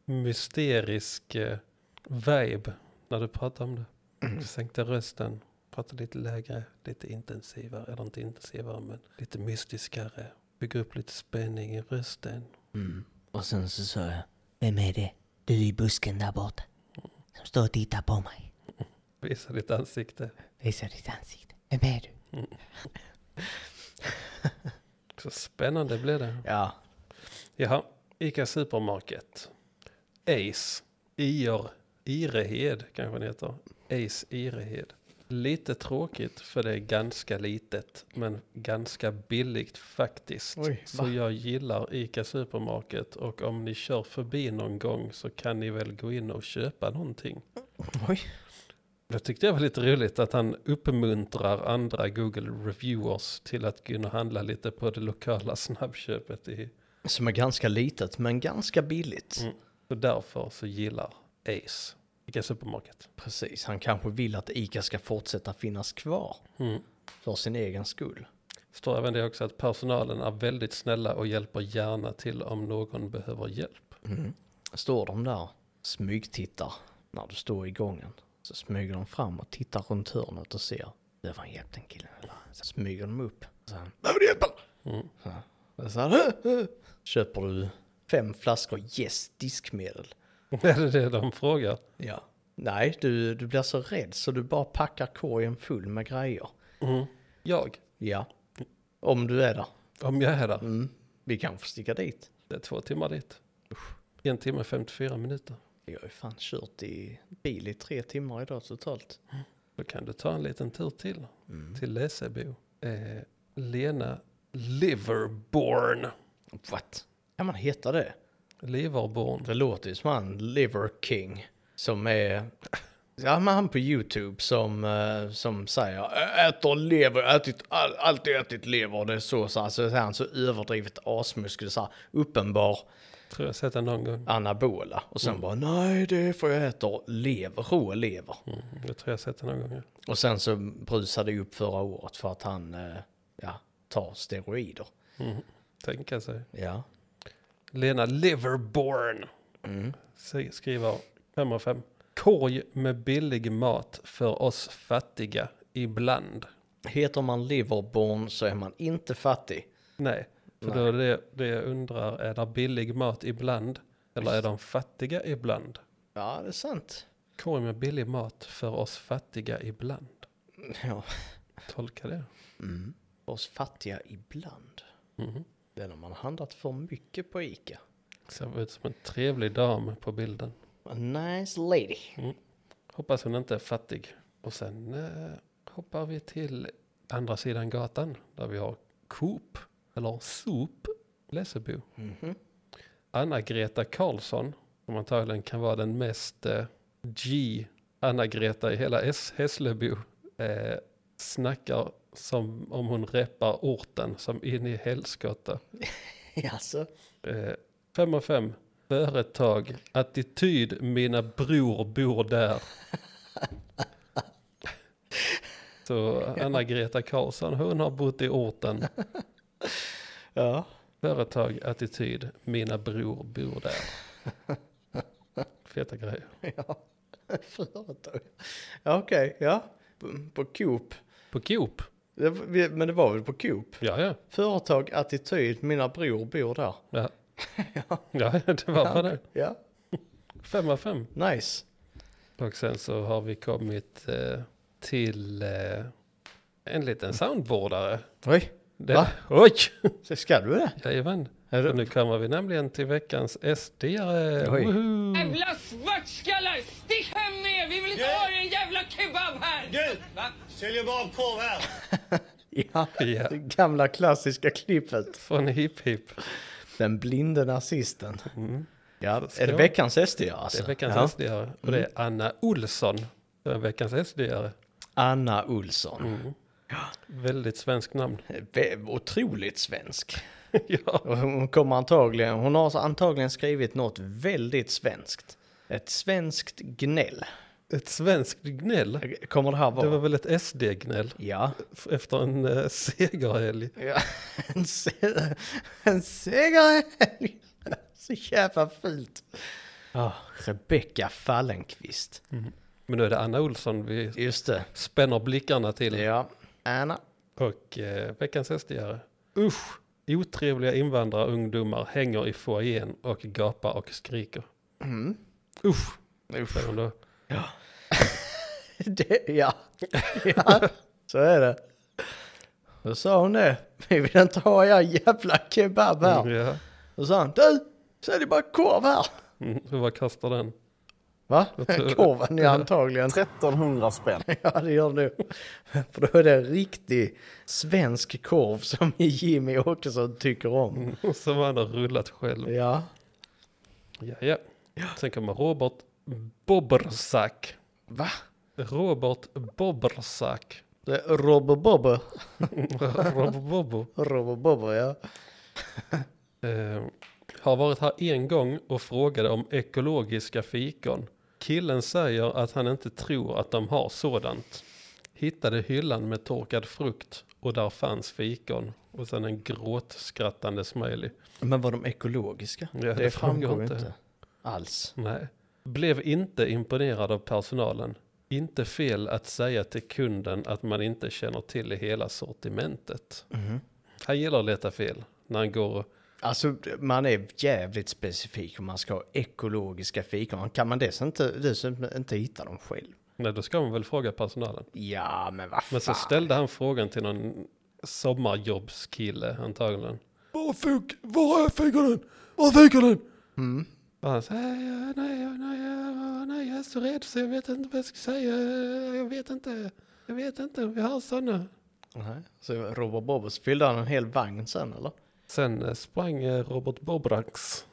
mysterisk uh, vibe när du pratar om det. Du sänkte rösten, pratade lite lägre, lite intensivare, eller inte intensivare, men lite mystiskare. Bygger upp lite spänning i rösten. Mm. Och sen så sa jag, vem är det? Du i busken där borta. Som står och tittar på mig. Visa ditt ansikte. Visa ditt ansikte. Vem är du? Mm. Så spännande blev det. Ja, Jaha, Ica Supermarket. Ace. Ior. Irehed kanske den heter. Ace Irehed. Lite tråkigt för det är ganska litet. Men ganska billigt faktiskt. Oj, så va? jag gillar Ica Supermarket. Och om ni kör förbi någon gång så kan ni väl gå in och köpa någonting. oj. Jag tyckte det var lite roligt att han uppmuntrar andra Google reviewers till att kunna handla lite på det lokala snabbköpet. I... Som är ganska litet men ganska billigt. Mm. Och därför så gillar Ace Ica Supermarket. Precis, han kanske vill att Ica ska fortsätta finnas kvar. Mm. För sin egen skull. Står även det också att personalen är väldigt snälla och hjälper gärna till om någon behöver hjälp. Mm. Står de där, smygtittar när du står i gången. Så smyger de fram och tittar runt hörnet och ser. Det var en hjälp den killen. Eller? Så smyger de upp. Så han, behöver du hjälpa? Mm. Så, så här, köper du fem flaskor Yes diskmedel. Är det det de frågar? Ja. Nej, du, du blir så rädd så du bara packar korgen full med grejer. Mm. Jag? Ja. Om du är där. Om jag är där? Mm. Vi kan få sticka dit. Det är två timmar dit. En timme femtiofyra minuter. Jag har ju fan kört i bil i tre timmar idag totalt. Då kan du ta en liten tur till. Mm. Till Läsebo. Eh, Lena Liverborn. What? Kan man heta det? Liverborn. Det låter ju som han Liver King. Som är... Ja, men han på YouTube som, uh, som säger äter lever, ätit, all, alltid ätit lever. Det är så, så alltså, är han så överdrivet asmuskel, så här, uppenbar Tror jag sett den någon gång. anabola. Och sen Mm. bara, nej det får jag äta lever, rå lever. Mm, jag tror jag sett den någon gång. Ja. Och sen så brusade det upp förra året för att han uh, ja, tar steroider. Mm. Tänka sig. Ja. Lena Liverborn. Mm. Skriver fem av fem. Korg med billig mat för oss fattiga ibland. Heter man Liverborn så är man inte fattig. Nej, för Nej. då är det, det jag undrar, är det billig mat ibland? Eller är de fattiga ibland? Ja, det är sant. Korg med billig mat för oss fattiga ibland. Ja. Tolka det. Mm. Oss fattiga ibland. Mm. Det är när man handlat för mycket på Ica. Ser ut som en trevlig dam på bilden. A nice lady. Mm. Hoppas hon inte är fattig. Och sen eh, hoppar vi till andra sidan gatan. Där vi har Coop. Eller Soop. Läsebo. Mm-hmm. Anna-Greta Karlsson. Som antagligen kan vara den mest eh, G Anna-Greta i hela S- Hässlebo. Eh, snackar som om hon reppar orten som in i helskotta. Jaså? Eh, fem av fem. Företag, attityd, mina bror bor där. Så Anna-Greta Karlsson, hon har bott i orten. Ja. Företag, attityd, mina bror bor där. Feta grejer. Ja. Företag. Ja, okej. Okay. Ja. På, på Coop. På Coop? Det, vi- men det var väl på Coop? Ja, ja. Företag, attityd, mina bror bor där. Ja, ja det var på det. Ja. Fem av fem. Nice. Och sen så har vi kommit eh, till eh, en liten soundboardare. Oj. Det, Va? Oj! Så ska du det? Jajamän. Är Så det? nu kommer vi nämligen till veckans S D-are. Oj. Woho! Jävla svartskallar! Stick hem med er! Vi vill inte ha en jävla kebab här! Du! Va? Säljer bara korv här. Ja. Ja. Det gamla klassiska klippet. Från Hip Hip. Den blinde nazisten. Mm. Ja. ska Är det jag- veckans S D Det alltså? är veckans Ja. S D-are. Och det är Anna Olsson. Det är veckans S D-are. Anna Olsson. Mm. Väldigt svensk namn. Vä- Otroligt svensk. Ja. Och hon kommer antagligen, hon har så antagligen skrivit något väldigt svenskt. Ett svenskt gnäll. Ett svenskt gnäll. Kommer det här vara? Det var väl ett S D-gnäll Ja. f- efter en uh, segerhelg. Ja. En, se- en segerhelg. Så jävla fult. Ah, Rebecka Fallenkvist. Men nu är det Anna Olsson vi Just det. spänner blickarna till. Ja. Anna. Och eh, veckans S D-are. Usch! Otrevliga invandrarungdomar hänger i foajén och gapar och skriker. Mm. Usch! Usch. Säger hon då. Det, ja. Ja, så är det. Då sa hon det. Vi vill inte ha er jävla kebab här. Mm, ja. Då sa han, du, så är det bara korv här. Mm, hur vad kastar den? Va? Jag tror- Korven är antagligen. trettonhundra spänn. Ja, det gör det. För då är det en riktig svensk korv som Jimmy Åkesson tycker om. Mm, som han har rullat själv. Ja. Ja, ja. Sen kommer Robert Bobrsak. Va? Robert Bobrsak. Det är Robbo Bobbo. Robert Bobo. Robbo Bobbo, ja. Eh, har varit här en gång och frågade om ekologiska fikon. Killen säger att han inte tror att de har sådant. Hittade hyllan med torkad frukt och där fanns fikon. Och sen en gråtskrattande smiley. Men var de ekologiska? Ja, det, det framgår framgår inte. inte. Alls. Nej. Blev inte imponerad av personalen. Inte fel att säga till kunden att man inte känner till hela sortimentet. Mm. Han gillar att leta fel när han går och... Alltså man är jävligt specifik om man ska ha ekologiska fikon. Kan man dessutom inte, dessutom inte hitta dem själv? Nej, då ska man väl fråga personalen. Ja, men vad fan. Men så ställde han frågan till någon sommarjobbskille antagligen. Var fik, var är fikonen? Var är fikonen? Mm. Och han sa, nej, nej, nej, nej, nej, jag är så rädd så jag vet inte vad jag ska säga. Jag vet inte, jag vet inte om vi har sådana. Nej. Så Robert Bobbos fyllde han en hel vagn sen, eller? Sen eh, sprang eh, Robert Bobraks,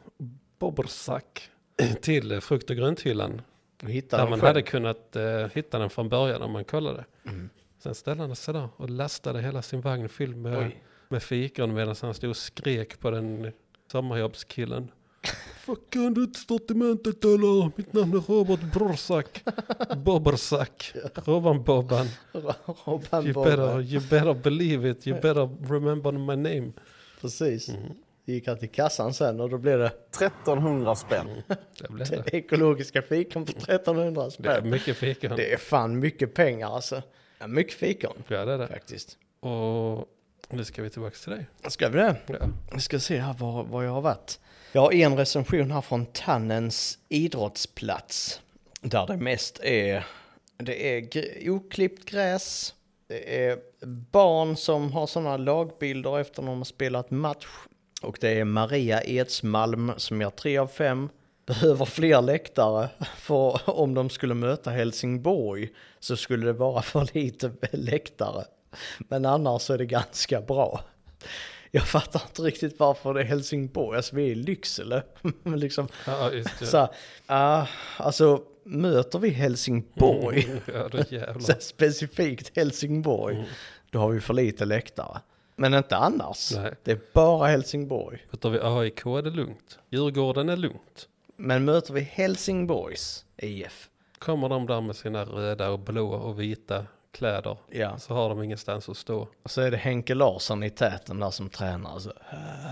Bobrsak till eh, frukt- och grönthyllan. Och hittade Där dem man själv. hade kunnat eh, hitta den från början om man kollade. Mm. Sen ställde han sig där och lastade hela sin vagn fylld med, Oj. med fikon medan han stod och skrek på den sommarjobbskillen. Fuck, kan du inte sortimentet eller? Mitt namn är Robert Brorsak. Bobrsak. Robban Bobban. Robban You Bobban. better, you better believe it. You better remember my name. Precis. Mm. Gick han till kassan sen och då blev det trettonhundra spänn. Det blev det. ekologiska fikon för trettonhundra Det är spänn. mycket fikon. Det är fan mycket pengar alltså. Ja, mycket fikon Ja, det är det. faktiskt. Och nu ska vi tillbaka till dig. Ska vi det? Ja. Vi ska se här var, var jag har varit. Jag har en recension här från Tannens idrottsplats. Där det mest är, det är gr- oklippt gräs. Det är barn som har sådana lagbilder efter när de har spelat match. Och det är Maria Edsmalm som gör tre av fem. Behöver fler läktare, för om de skulle möta Helsingborg så skulle det vara för lite läktare. Men annars så är det ganska bra. Jag fattar inte riktigt varför det är Helsingborg, alltså vi är i Lycksele. liksom, Ja, just det. så, uh, alltså möter vi Helsingborg, Mm, ja, det jävlar. så specifikt Helsingborg, Mm. då har vi för lite läktare. Men inte annars, Nej. det är bara Helsingborg. Möter vi A I K är det lugnt. Djurgården är lugnt. Men möter vi Helsingborgs I F, Kommer de där med sina röda och blå och vita kläder ja, så har de ingenstans att stå. och så är det Henke Larsson i täten där som tränar. Så.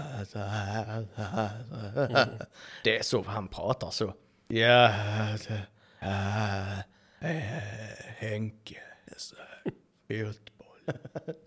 Mm. Det är så han pratar så. Ja, det, äh, Henke, fotboll.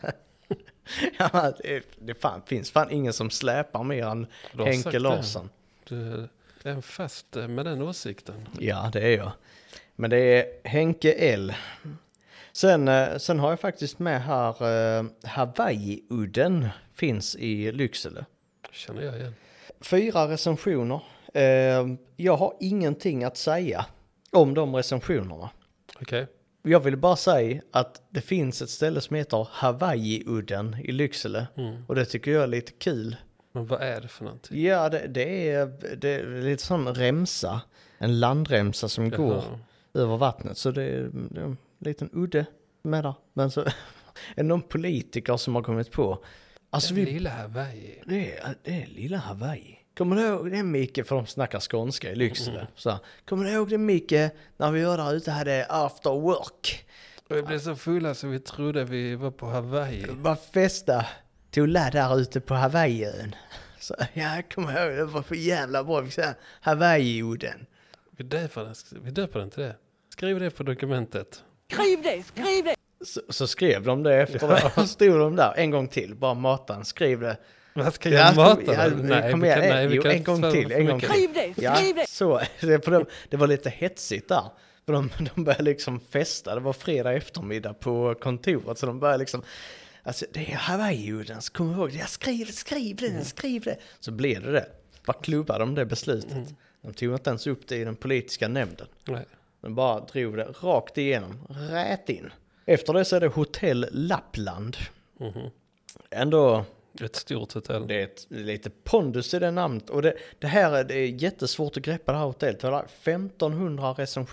Ja, det, det fan, finns fan ingen som släpar mer än Du har Henke sagt det. Larsson. Du är en fast med den åsikten. Ja, det är jag. Men det är Henke L. Sen, eh, sen har jag faktiskt med här eh, Hawaii-udden finns i Lycksele. Känner jag igen. Fyra recensioner. Eh, jag har ingenting att säga om de recensionerna. Okej. Jag vill bara säga att det finns ett ställe som heter Hawaii-udden i Lycksele. Mm. Och det tycker jag är lite kul. Men vad är det för någonting? Ja, det, det, är, det är lite sån remsa. En landremsa som går Jaha. över vattnet. Så det är, det är en liten udde med där. Men så är det någon politiker som har kommit på. Alltså Den vi, lilla Hawaii. det, är, det är lilla Hawaii. Kommer du ihåg det Micke, för de snackar skånska i Lycksele. Mm. Så, kommer du ihåg det Micke, när vi var där ute hade after work. Och vi blev så fulla så vi trodde vi var på Hawaii. Bara festa till ladd där ute på Hawaiiön. Så ja, jag kommer ihåg det var för jävla bra. Vi sa Hawaii-udden. Vi döper den, vi döper den till det. Skriv det på dokumentet. Skriv det, skriv det! Så, så skrev de det efter det. Stod de där en gång till. Bara matan. Skriv det. Vad ska Ja, jag mata kom- ja, den? Nej, kom vi kan, igen. nej, vi Jo, kan en inte gång svära till, för en gång mycket. till. Skriv det, Ja, skriv det! så. Det, för de, det var lite hetsigt där. För de, de började liksom festa. Det var fredag eftermiddag på kontoret. Så de började liksom... Alltså det är Hawaii-udden. Så kom ihåg det. Ja, skriv det, skriv det, skriv det. Så blev det det. Bara klubbade de det beslutet. Mm. De tog inte ens upp det i den politiska nämnden. Nej. De bara drog det rakt igenom. Rätt in. Efter det så är det Hotell Lappland. Mhm. Ändå... Ett stort hotell. Det är ett, lite pondus i det namnet. Och det, det här är, det är jättesvårt att greppa det här hotellet. Det har femtonhundra recensioner.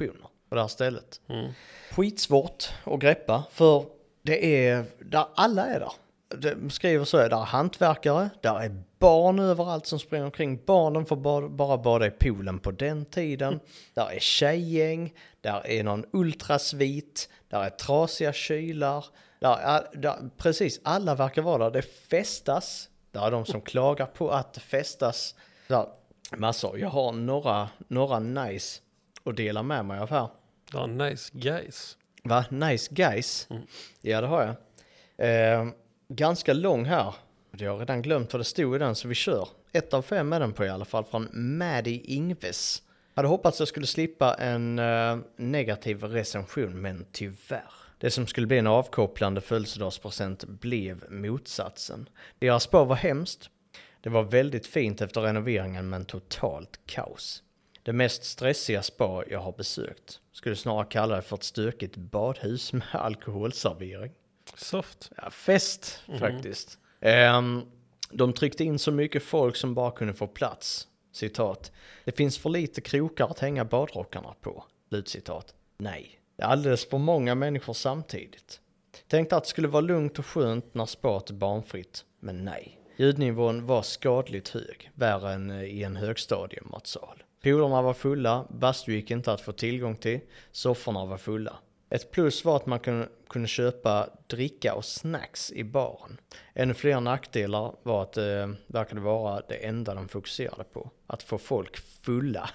på det här stället. Mm. Skitsvårt att greppa, för det är där alla är där. De skriver så här, där är hantverkare, där är barn överallt som springer omkring. Barnen får bara, bara bada i poolen på den tiden. Mm. Där är tjejgäng, där är någon ultrasvit, där är trasiga kylar. Där är, där, precis, alla verkar vara där. Det festas. Där är de som klagar på att det festas. Där, massor. Jag har några, några nice att dela med mig av här. Ja, nice guys. Va? Nice guys? Mm. Ja, det har jag. Eh, ganska lång här. Jag har redan glömt vad det stod i den, så vi kör. Ett av fem är den på i alla fall, från Maddie Ingves. Hade hoppats att jag skulle slippa en eh, negativ recension, men tyvärr. Det som skulle bli en avkopplande födelsedagspresent blev motsatsen. Deras spa var hemskt. Det var väldigt fint efter renoveringen, men totalt kaos. Det mest stressiga spa jag har besökt. Skulle snarare kalla det för ett stökigt badhus med alkoholservering. Soft. Ja, fest Mm. faktiskt. Um, de tryckte in så mycket folk som bara kunde få plats. Citat. Det finns för lite krokar att hänga badrockarna på. Slutcitat. Nej. Det är alldeles för många människor samtidigt. Tänkte att det skulle vara lugnt och skönt när spat är barnfritt. Men nej. Ljudnivån var skadligt hög. Värre än i en högstadiematsal. Polarna var fulla. Bastu gick inte att få tillgång till. Sofforna var fulla. Ett plus var att man kunde, kunde köpa dricka och snacks i baren. Ännu fler nackdelar var att det eh, verkade vara det enda de fokuserade på. Att få folk fulla.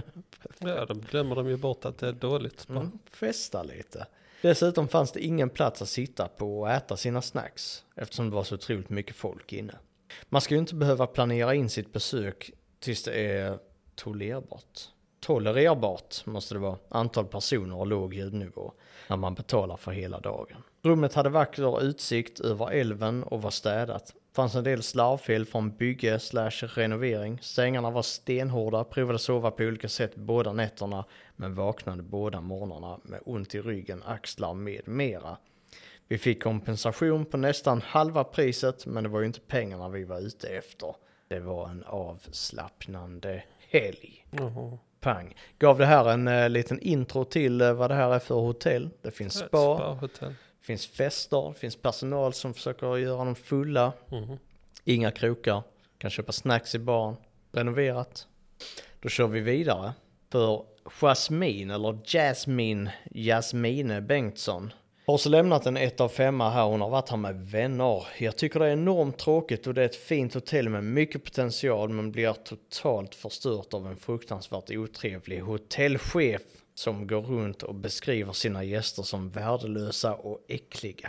Ja, då glömmer de ju bort att det är dåligt. Mm, festa lite. Dessutom fanns det ingen plats att sitta på och äta sina snacks. Eftersom det var så otroligt mycket folk inne. Man ska ju inte behöva planera in sitt besök tills det är tolererbart. Tolererbart måste det vara. Antal personer och låg ljudnivå när man betalar för hela dagen. Rummet hade vacker utsikt över älven och var städat. Fanns en del slarvfel från bygge slash renovering. Sängarna var stenhårda, provade sova på olika sätt båda nätterna, men vaknade båda morgnarna med ont i ryggen, axlar med mera. Vi fick kompensation på nästan halva priset, men det var ju inte pengarna vi var ute efter. Det var en avslappnande helg. Jaha. Pang. Gav det här en uh, liten intro till uh, vad det här är för hotell. Det finns Ett spa, spa-hotell. det finns fester, det finns personal som försöker göra dem fulla. Mhm. Inga krokar, kan köpa snacks i baren, renoverat. Då kör vi vidare för Jasmine, eller Jasmine, Jasmine Bengtsson. Har så lämnat en ett av femma här, hon har varit här med vänner. Jag tycker det är enormt tråkigt och det är ett fint hotell med mycket potential, men blir totalt förstört av en fruktansvärt otrevlig hotellchef som går runt och beskriver sina gäster som värdelösa och äckliga.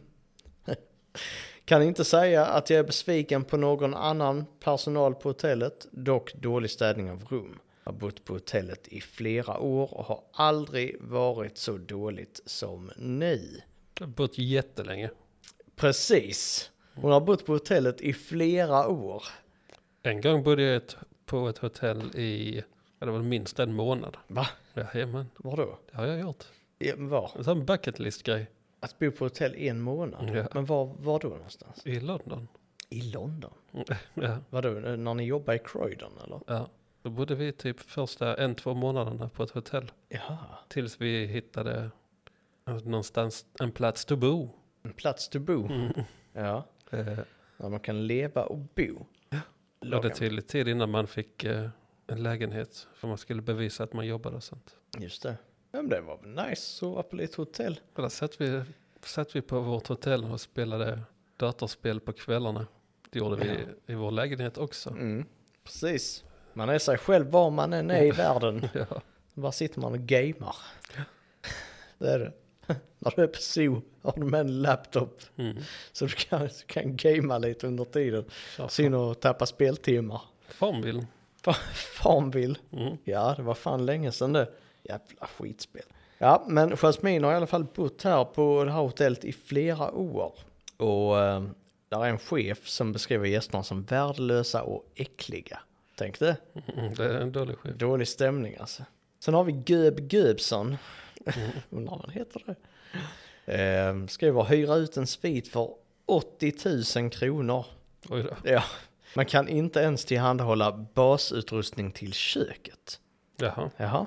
Kan inte säga att jag är besviken på någon annan personal på hotellet, dock dålig städning av rum. Jag har bott på hotellet i flera år och har aldrig varit så dåligt som nu. Jag har bott jättelänge. Precis. Hon har bott på hotellet i flera år. En gång bodde jag ett, på ett hotell i, ja, det var minst en månad. Va? Jajamän, Var då? det har jag gjort. Ja, var? En sån bucket list-grej Att bo på hotell i en månad? Ja. Men var, var då någonstans? i London. I London? Ja, Var då? När ni jobbade i Croydon eller? ja. Då bodde vi typ första en, två månaderna på ett hotell. Jaha. Tills vi hittade någonstans en plats att bo. En plats att bo. Mm. Ja. Eh, Där man kan leva och bo. var det till tid innan man fick eh, en lägenhet. För man skulle bevisa att man jobbade och sånt. Just det. Ja, men det var väl nice att sova på lite hotell. Och där satt vi, satt vi på vårt hotell och spelade datorspel på kvällarna. Det gjorde vi i vår lägenhet också. Mm. Precis. Man är sig själv var man än är i världen. Ja. Bara sitter man och gamer. Det är det. När du är på zoo har du med en laptop. Mm. Så du kan, du kan gamea lite under tiden. Ja, Synd att tappa speltimmar. Farmville. Farmville. Mm. Ja, det var fan länge sedan det. Jävla skitspel. Ja, men Jasmine har i alla fall bott här på det här hotellet i flera år. Och äh, där är en chef som beskriver gästerna som värdelösa och äckliga. Tänk det. Mm, det är en dålig chef. Dålig stämning alltså. Sen har vi Göb Göbsson. Mm. Undrar vad heter det. Eh, skriver hyra ut en svit för åttio tusen kronor. Oj då. Ja. Man kan inte ens tillhandahålla basutrustning till köket. Jaha. Jaha,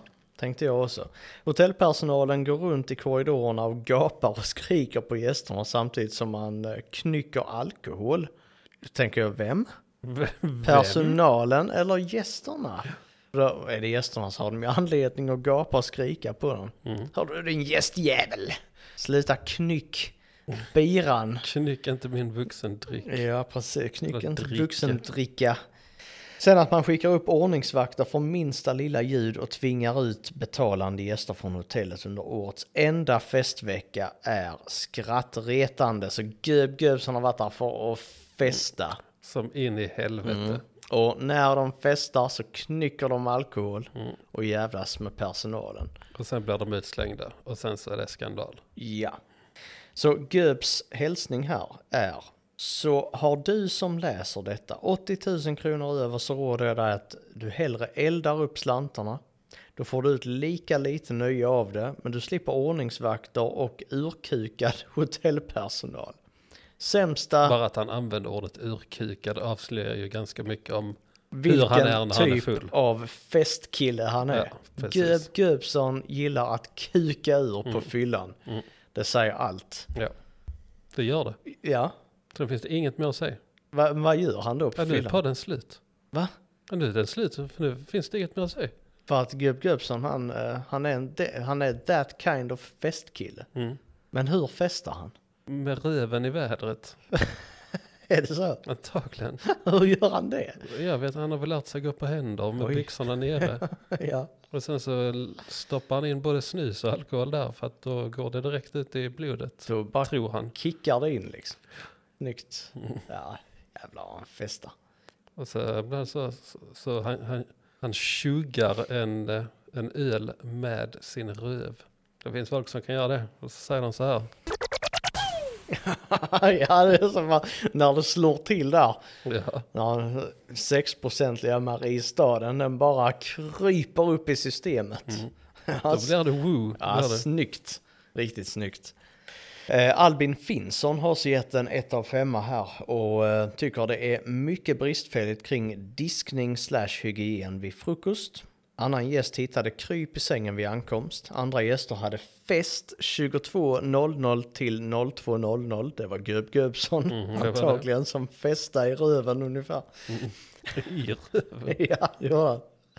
tänkte jag också. Hotellpersonalen går runt i korridorerna och gapar och skriker på gästerna samtidigt som man eh, knycker alkohol. Tänker jag, vem? Vem? Personalen eller gästerna? Då är det gästerna så har de ju anledning att gapa och skrika på dem. Mm. Hör du din gästjävel? Sluta knyck. Biran. Knyck inte min vuxendryck. Ja, precis. Knyck Eller inte dricka. vuxendricka. Sen att man skickar upp ordningsvakter för minsta lilla ljud och tvingar ut betalande gäster från hotellet under årets enda festvecka är skrattretande. Så gubb gubb som har varit där för att festa. Som in i helvete. Mm. Och när de festar så knycker de alkohol Mm. och jävlas med personalen. Och sen blir de utslängda. Och sen så är det skandal. Ja. Så Gubbs hälsning här är: så har du som läser detta åttio tusen kronor över, så råder jag dig att du hellre eldar upp slantarna. Då får du ut lika lite nöje av det, men du slipper ordningsvakter och urkukad hotellpersonal. Sämsta... Bara att han använder ordet urkukad avslöjar ju ganska mycket om Vilken hur han är när han är typ full. av festkille han är. Ja, precis. Gubb Gubbsson gillar att kuka ur på Mm. fyllan. Mm. Det säger allt. Ja, det gör det. Ja. Sen finns det inget mer att säga. Va, vad gör han då på Ja, nu är fyllan? podden slut. Va? Ja, nu är den slut, för nu finns det inget mer att säga. För att Gubb Gubbsson, han, eh, han, är en de, han är that kind of festkille. Mm. Men hur festar han? Med röven i vädret. Är det så? Antagligen. Hur gör han det? Jag vet, han har väl lärt sig gå på händer med Oj. byxorna nere. Ja. Och sen så stoppar han in både snus och alkohol där, för att då går det direkt ut i blodet. Så bara Tror han. kickar det in liksom. Snyggt. Mm. Ja, jävlar han festar. Och så, ibland så, så, så han, han, han tjuggar en, eh, en öl med sin röv. Det finns folk som kan göra det. Och så säger de så här. Ja, det är som att när det slår till där. Ja, När sex procentiga Mariestaden, den bara kryper upp i systemet. Mm. Ja, då blir det woo. ja, Blir det. snyggt. Riktigt snyggt. Eh, Albin Finnsson har så gett en ett av femma här och eh, tycker det är mycket bristfälligt kring diskning slash hygien vid frukost. Annan gäst hittade kryp i sängen vid ankomst. Andra gäster hade fest tjugotvå noll noll till noll två noll noll. Det var Gubb Gubbsson Mm, det var antagligen som festade i röven ungefär. I röven. Ja, ja.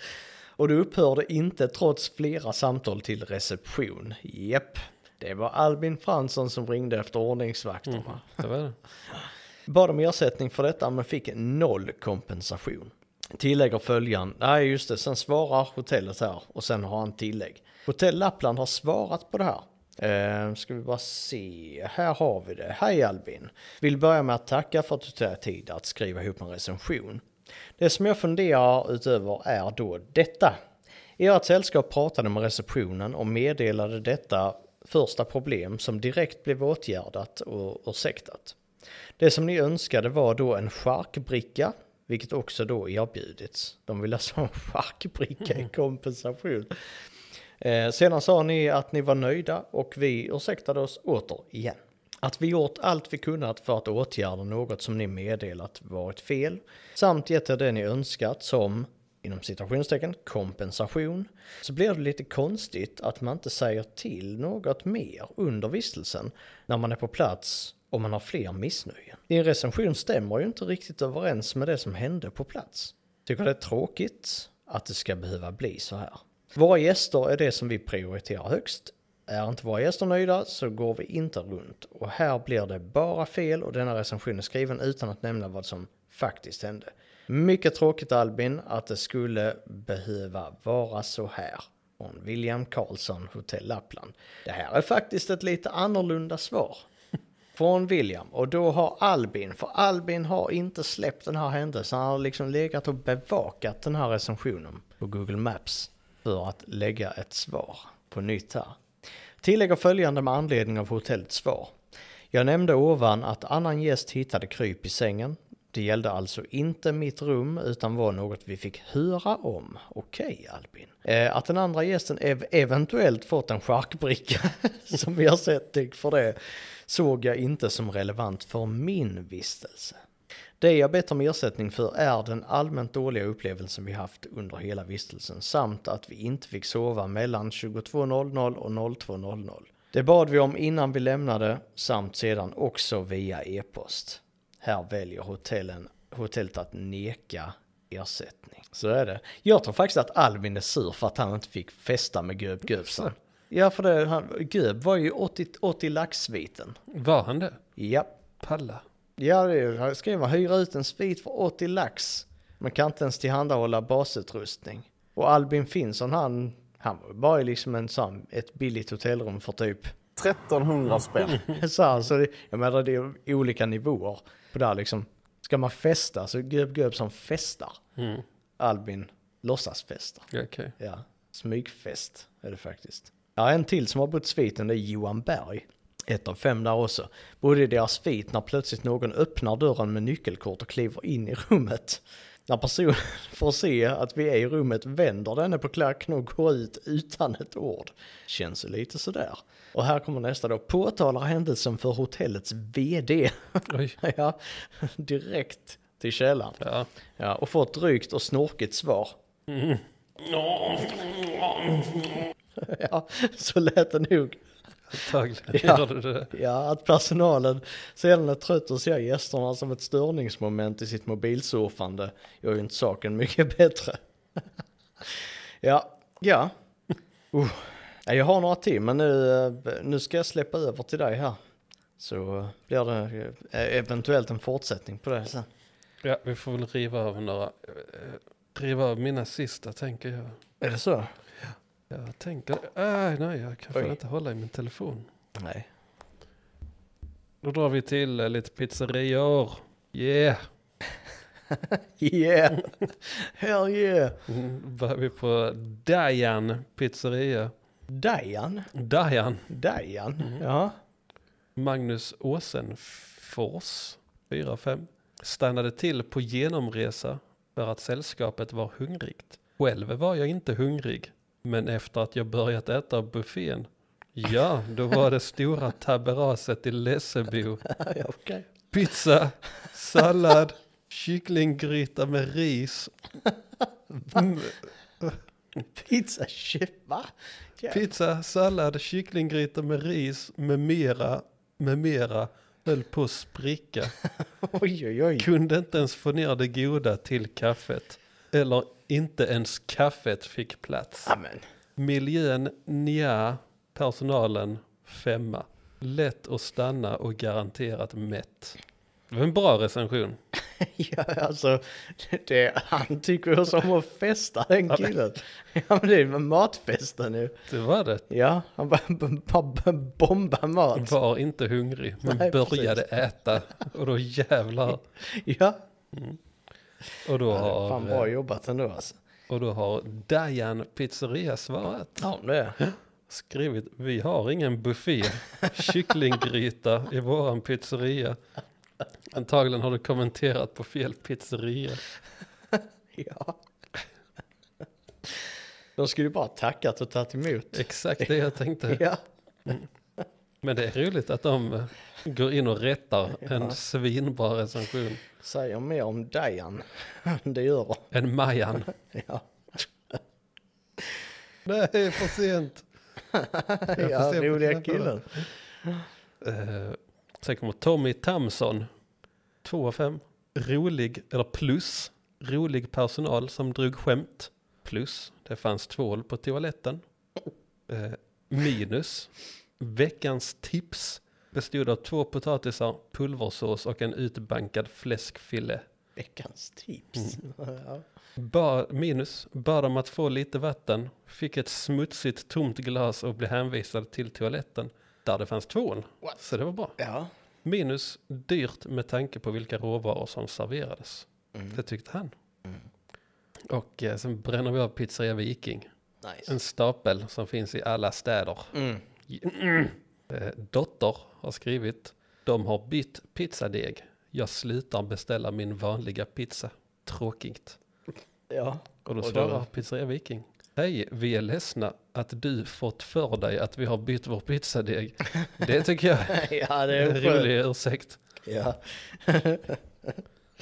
Och det upphörde inte trots flera samtal till reception. Japp, det var Albin Fransson som ringde efter ordningsvakterna. Mm, det var det. Bad om ersättning för detta men fick noll kompensation. Tillägger följande, nej just det, sen svarar hotellet här och sen har han tillägg. Hotell Lappland har svarat på det här. Eh, ska vi bara se, här har vi det. Hej Albin, vill börja med att tacka för att du tar tid att skriva ihop en recension. Det som jag funderar utöver är då detta. Ert sällskap pratade med receptionen och meddelade detta första problem som direkt blev åtgärdat och ursäktat. Det som ni önskade var då en charkbricka, vilket också då erbjudits. De vill alltså ha en charkbricka i kompensation. Eh, sedan sa ni att ni var nöjda och vi ursäktade oss återigen. Att vi gjort allt vi kunnat för att åtgärda något som ni meddelat varit fel. Samt gett er det ni önskat som, inom citationstecken, kompensation. Så blir det lite konstigt att man inte säger till något mer under vistelsen när man är på plats och man har fler missnöjen. Din recension stämmer ju inte riktigt överens med det som hände på plats. Tycker det är tråkigt att det ska behöva bli så här. Våra gäster är det som vi prioriterar högst. Är inte våra gäster nöjda så går vi inte runt. Och här blir det bara fel och denna recension är skriven utan att nämna vad som faktiskt hände. Mycket tråkigt Albin att det skulle behöva vara så här. Från William Karlsson, Hotell Lappland. Det här är faktiskt ett lite annorlunda svar. Från William. Och då har Albin, för Albin har inte släppt den här händelsen. Han har liksom legat och bevakat den här recensionen på Google Maps för att lägga ett svar på nytt här. Tillägger följande med anledning av hotellets svar. Jag nämnde ovan att annan gäst hittade kryp i sängen. Det gällde alltså inte mitt rum utan var något vi fick höra om. Okej Albin. Eh, att den andra gästen ev- eventuellt fått en charkbricka som vi har sett för det såg jag inte som relevant för min vistelse. Det jag bett om ersättning för är den allmänt dåliga upplevelsen vi haft under hela vistelsen samt att vi inte fick sova mellan tjugotvå noll noll och noll två noll noll. Det bad vi om innan vi lämnade samt sedan också via e-post. Här väljer hotellen, hotellet att neka ersättning. Så är det. Jag tror faktiskt att Albin är sur för att han inte fick festa med Göb Göbsen. Ja, för det, han, Göb var ju åttio, åttio lax-sviten. Var han det? Ja. Palla. Ja, det skrev man hyra ut en svit för åttio lax. Man kan inte ens tillhandahålla basutrustning. Och Albin Finnsson, han, han var bara liksom en sån, ett billigt hotellrum för typ trettonhundra spänn. så alltså, det, jag menar det är olika nivåer på det här liksom. Ska man festa så Göb Göb som festar. Mm. Albin låtsasfestar. Okej. Okay. Ja, smygfest är det faktiskt. Ja, en till som har bott sviten det är Johan Berg. Ett av fem där också. Bodde i deras svit när plötsligt någon öppnar dörren med nyckelkort och kliver in i rummet. När personen får se att vi är i rummet vänder denne på klacken och går ut utan ett ord. Känns lite sådär. Och här kommer nästa då. Påtalar händelsen för hotellets vd. Oj. Ja, direkt till källan. Ja. Ja, och får ett drygt och snorkigt svar. Mm. Ja, så lät det nog. Antagligen Ja. gör det det. Ja, att personalen sedan är trött och ser gästerna som ett störningsmoment i sitt mobilsurfande gör ju inte saken mycket bättre. ja, ja. Uh. Jag har några till, men nu, nu ska jag släppa över till dig här. Så blir det eventuellt en fortsättning på det sen. Ja, vi får väl riva av några. Riva av mina sista, tänker jag. Är det så? Jag tänker, äh, nej, jag kan fan Oj. inte hålla i min telefon. Nej. Då drar vi till eh, lite pizzerior. Yeah! Yeah! Hell yeah! Mm, börjar vi på Dajan pizzeria. Dajan? Dajan. Dajan? Mm. Ja. Magnus Åsenfors, fyra fem. Stannade till på genomresa för att sällskapet var hungrigt. Själv var jag inte hungrig. Men efter att jag börjat äta av buffén, ja, då var det stora tabberaset i Lessebo. Ja, okej. Pizza, sallad, kycklinggryta med ris. Mm, Pizza chip, va? Ja. Pizza, sallad, kycklinggryta med ris, med mera, med mera, höll på att spricka. Oj, oj, oj. Kunde inte ens få ner det goda till kaffet. Eller inte ens kaffet fick plats. Amen. Miljön, nja, personalen, femma. Lätt att stanna och garanterat mätt. Det var en bra recension. Ja, alltså, det, han tycker ju som att festa, den killen. Ja, men det är matfesten nu. Det var det. Ja, han bara, bara bombar mat. Var inte hungrig, men Nej, började precis. äta. Och då jävlar. Ja, Och då ja det är fan har, bra jobbat ändå alltså. och då har Dajan Pizzeria svarat. Ja, det är. Skrivit, vi har ingen buffé. Kycklinggryta i våran pizzeria. Antagligen har du kommenterat på fel pizzeria. Ja. De skulle ju bara tackat och tagit emot. Exakt det jag tänkte. Ja. Men det är roligt att de eh, går in och rättar en svinbra recension. Säger mer om Dajan. Det gör de. En Majan. Ja. Nej, för sent. Ja, se på roliga knappen. killen. Eh, sen kommer Tommy Tamson. två av fem. Rolig, eller plus. Rolig personal som drog skämt. Plus, det fanns tvål på toaletten. Eh, minus. Veckans tips bestod av två potatisar, pulversås och en utbankad fläskfille. Veckans tips. Ja. Ba, minus, bad om att få lite vatten, fick ett smutsigt tomt glas och blev hänvisad till toaletten där det fanns tvål. What? Så det var bra. Ja. Minus, dyrt med tanke på vilka råvaror som serverades. Mm. Det tyckte han. Och eh, sen bränner vi av Pizzeria Viking. Nice. En stapel som finns i alla städer. Mm. Mm. Eh, dotter har skrivit, de har bytt pizzadeg. Jag slutar beställa min vanliga pizza. Tråkigt. Ja. Och då Och då- svarar Pizzeria Viking. Hej, vi är ledsna att du fått för dig att vi har bytt vår pizzadeg. Det tycker jag Ja, det är är en skönt. rolig ursäkt. Ja.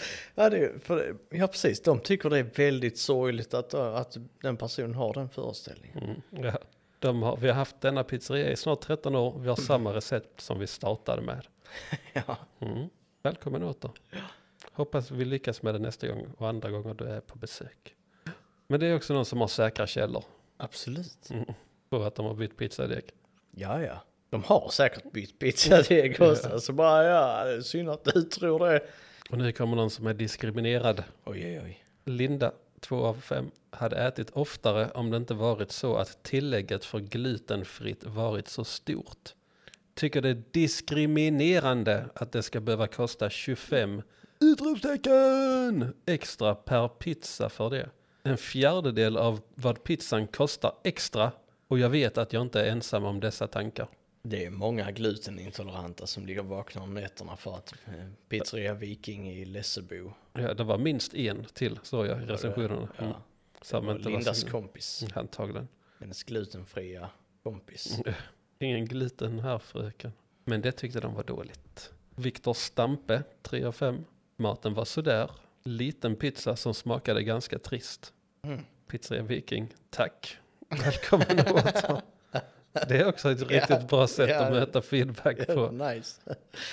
Ja, det, för, ja, precis. De tycker det är väldigt sorgligt att, att den personen har den föreställningen. Mm, ja. De har, vi har haft denna pizzeria i snart tretton år. Vi har samma recept som vi startade med. Ja. Mm. Välkommen åter. Hoppas vi lyckas med det nästa gång och andra gånger du är på besök. Men det är också någon som har säkra källor. Absolut. Mm. På att de har bytt pizzadeg. Ja, ja. De har säkert bytt pizzadeg också. Ja. Så bara, ja, det är synd att du tror det. Och nu kommer någon som är diskriminerad. Oj, oj, oj. Linda, två av fem, hade ätit oftare om det inte varit så att tillägget för glutenfritt varit så stort. Tycker det är diskriminerande att det ska behöva kosta tjugofem utropstecken extra per pizza för det. En fjärdedel av vad pizzan kostar extra, och jag vet att jag inte är ensam om dessa tankar. Det är många glutenintoleranta som ligger vakna om nätterna för att eh, pizzeria Viking i Lessebo. Ja, det var minst en till, så jag i recensionerna. Ja. Mm. Som Det var inte var Lindas så- kompis. Antagligen. Hennes glutenfria kompis. Ingen gluten här, fröken. Men det tyckte de var dåligt. Viktor Stampe, tre av fem. Maten var sådär. Liten pizza som smakade ganska trist. Mm. Pizzeria Viking, tack. Välkommen åter. Det är också ett riktigt bra sätt ja, att möta feedback på. Nice.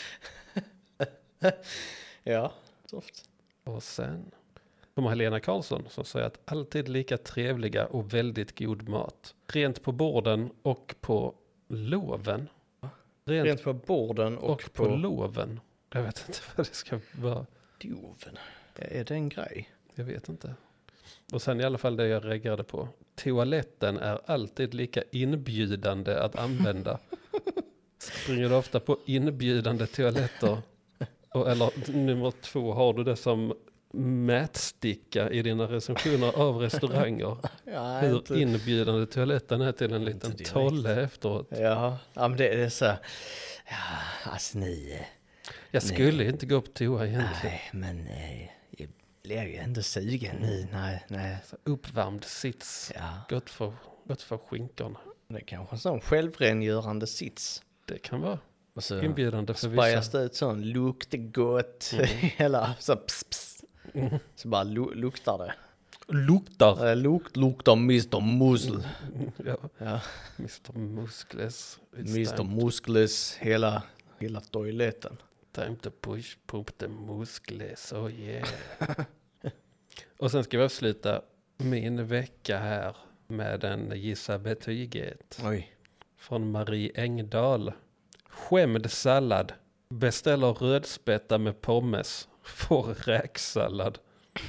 Ja, soft. Och sen kommer Helena Karlsson som säger att alltid lika trevliga och väldigt god mat. Rent på borden och på loven. Rent, Rent på borden och, och på, på loven. Jag vet inte vad det ska vara. doven. Är det en grej? Jag vet inte. Och sen i alla fall det jag reagerade på. Toaletten är alltid lika inbjudande att använda. Springer du ofta på inbjudande toaletter? Och, eller nummer två, har du det som mätsticka i dina recensioner av restauranger? Ja, Hur inte. inbjudande toaletten är till en liten direkt. tolle efteråt. Ja, ja, men det är så här. Ja, alltså ni. eh, Jag skulle inte gå på toa egentligen. Nej, men eh, jag blir ju ändå sugen nu. Nej, nej. Så uppvärmd sits. Ja, Gott för, gott för skinkorna. det är kanske en sån självrengörande sits. Det kan vara Och så inbjudande för sprajas vissa. det ut sån luktar gott. Hela så ps, ps. Så bara lu- luktar det. Luktar. Eh, Lukt, luktar mister Musel. Ja. Ja. mister Muskles. It's mister time, Muskles, hela, hela toaletten. time to push pump the muskles. Oh yeah. Och sen ska vi avsluta min vecka här med en gissa betyget Oj. från Marie Engdahl. Skämd sallad. Beställer rödspätta med pommes. Får räksallad.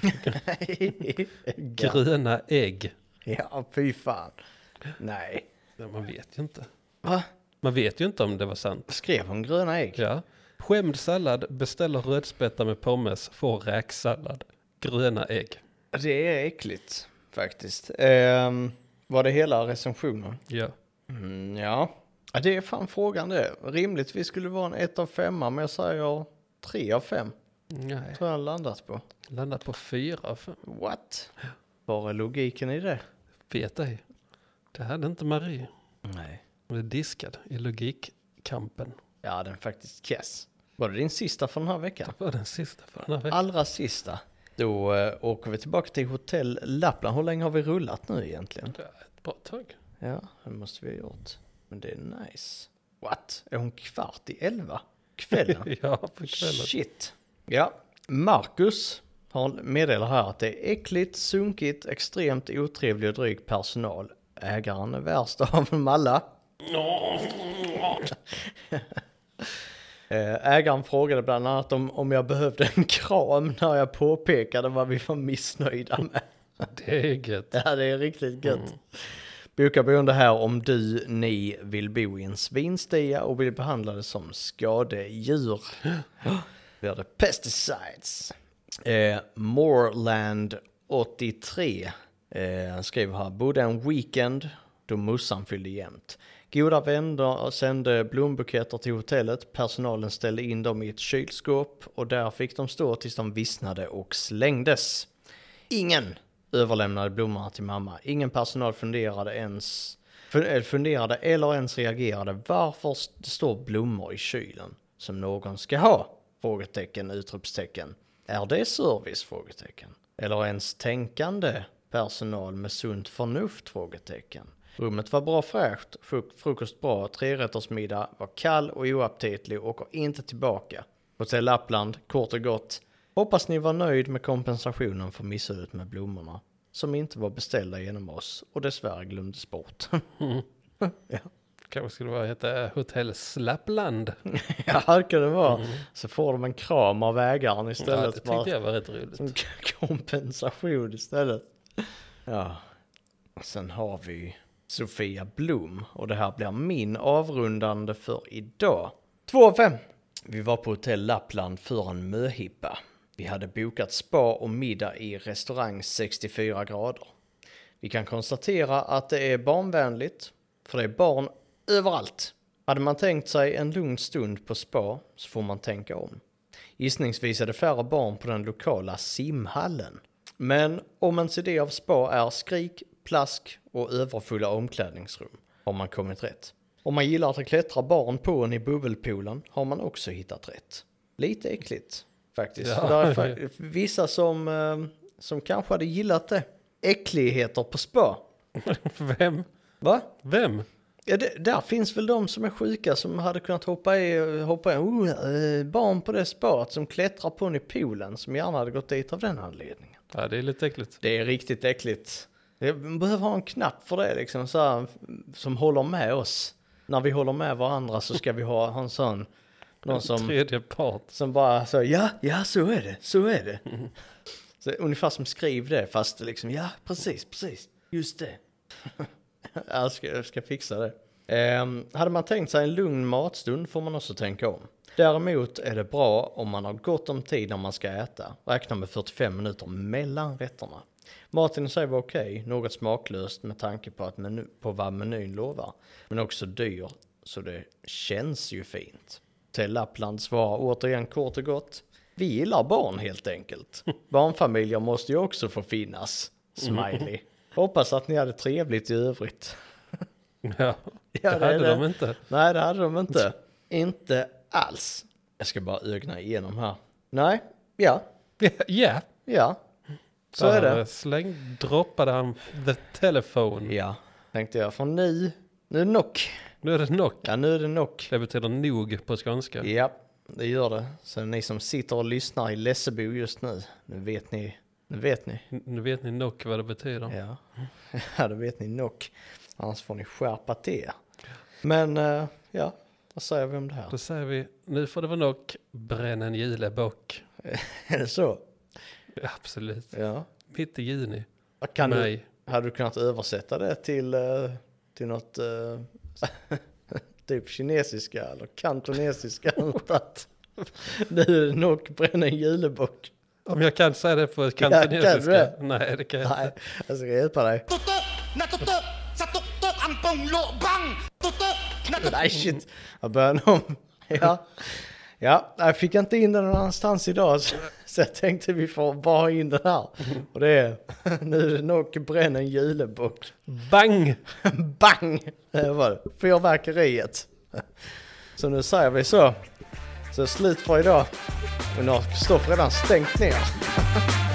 Gröna ägg. Ja, fy fan. Nej. Ja, man vet ju inte. Va? Man vet ju inte om det var sant. Skrev hon gröna ägg? Ja. Skämd sallad, beställer rödspätta med pommes, får räksallad. Gröna ägg. Det är äckligt faktiskt. Ehm, var det hela recensionen? Ja. Mm, ja. Ja, det är fan frågan det. Rimligtvis skulle det vara en ett av femma, men jag säger tre av fem. Nej. Tror jag landat på. Landar på fyra. För What? Var är logiken i det? vet ej. Det hade inte Marie. Nej. Hon är diskad i logikkampen. Ja, den är faktiskt kass. Var det din sista för den här veckan? Det var den sista för den här veckan. Allra sista. Då äh, åker vi tillbaka till Hotell Lappland. Hur länge har vi rullat nu egentligen? Det är ett bra tag. Ja, det måste vi ha gjort. Men det är nice. What? Är hon kvart i elva? Kvällen? Ja, på kvällen. Shit. Ja, Marcus har meddelat här att det är äckligt, sunkigt, extremt otrevlig och dryg personal. Ägaren är värst av dem alla. Ägaren frågade bland annat om, om jag behövde en kram när jag påpekade vad vi var missnöjda med. Det är gött. Ja, det är riktigt gött. Boka boende här om du, ni vill bo i en svinstia och vill behandla det som skadedjur. Vi har det pesticides. Eh, Moreland åttiotre eh, skriver här, bodde en weekend då mussan fyllde jämnt. Goda vänner sände blombuketter till hotellet. Personalen ställde in dem i ett kylskåp och där fick de stå tills de vissnade och slängdes. Ingen överlämnade blommorna till mamma. Ingen personal funderade ens funderade eller ens reagerade varför det står blommor i kylen som någon ska ha. Frågetecken, utropstecken. Är det service? Frågetecken. Eller ens tänkande personal med sunt förnuft? Frågetecken. Rummet var bra fräscht, fruk- frukost bra, trerättersmiddag var kall och oaptitlig och åker inte tillbaka. Hotell Lappland, kort och gott. Hoppas ni var nöjd med kompensationen för missudet med blommorna. Som inte var beställda genom oss och dessvärre glömdes bort. Mm. Ja. Kanske skulle det heta Hotell Slappland. Ja, det kan det vara. Mm. Så får de en kram av ägaren istället. Ja, det tyckte jag var rätt roligt. Som kompensation istället. Ja. Och sen har vi Sofia Blom. Och det här blir min avrundande för idag. Två av fem. Vi var på Hotell Lappland för en möhippa. Vi hade bokat spa och middag i restaurang sextiofyra grader. Vi kan konstatera att det är barnvänligt. För det är barn överallt. Hade man tänkt sig en lugn stund på spa så får man tänka om. Gissningsvis är det färre barn på den lokala simhallen. Men om ens idé av spa är skrik, plask och överfulla omklädningsrum har man kommit rätt. Om man gillar att klättra barn på en i bubbelpoolen har man också hittat rätt. Lite äckligt faktiskt. Ja. För det är fa- vissa som, eh, som kanske hade gillat det. Äckligheter på spa. Vem? Va? Vem? Ja, det, där finns väl de som är sjuka som hade kunnat hoppa i, hoppa i oh, äh, barn på det spat som klättrar på en i poolen som gärna hade gått dit av den anledningen. Ja, det är lite äckligt. Det är riktigt äckligt. Jag behöver ha en knapp för det liksom, så här, som håller med oss. När vi håller med varandra så ska vi ha, ha en sån, någon som, Tredje part. som bara så, ja, ja så är det, så är det. Mm. Så ungefär som skriv det fast liksom, ja precis, precis, just det. Jag ska, jag ska fixa det. Um, hade man tänkt sig en lugn matstund får man också tänka om. Däremot är det bra om man har gott om tid när man ska äta. Räkna med fyrtiofem minuter mellan rätterna. Maten i sig var okej, något smaklöst med tanke på, att menu, på vad menyn lovar. Men också dyr, så det känns ju fint. Till Lappland svarar återigen kort och gott. Vi gillar barn helt enkelt. Barnfamiljer måste ju också få finnas. Smiley. Hoppas att ni hade trevligt i övrigt. Ja, Ja, det, det hade är det. de inte. Nej, det hade de inte. Inte alls. Jag ska bara ögna igenom här. Nej, ja, Ja, ja. Så är det. Släng, droppade han the telephone. Ja, tänkte jag. För nu, nu är det knock. Nu är det knock. Ja, nu är det knock. Det betyder nog på skånska. Ja, det gör det. Så ni som sitter och lyssnar i Lessebo just nu, nu vet ni, nu vet ni. Nu vet ni knock vad det betyder. Ja, ja då vet ni knock. Annars får ni skärpa till er. Men, uh, ja, vad säger vi om det här? Då säger vi, nu får det vara knock, bränn en julebock. Är det så? Absolut. Ja. Mitt i juni. Kan du, Nej. hade du kunnat översätta det till, uh, till något uh, typ kinesiska eller kantonesiska? Nu är det nog bränna en julebock. Om jag kan säga det på kantonesiska? Ja, kan du det? Nej, det kan jag Nej, inte. jag ska hjälpa dig. Nej shit, jag börjar om. Ja, ja, jag fick inte in den någon annanstans idag så, så jag tänkte vi får bara ha in den här. Och det är, nu är det nog bränna en julebock. Bang! Bang! Det var det, fyrverkeriet. Så nu säger vi så. Så slut för idag. Och nu har Stoff redan stängt ner.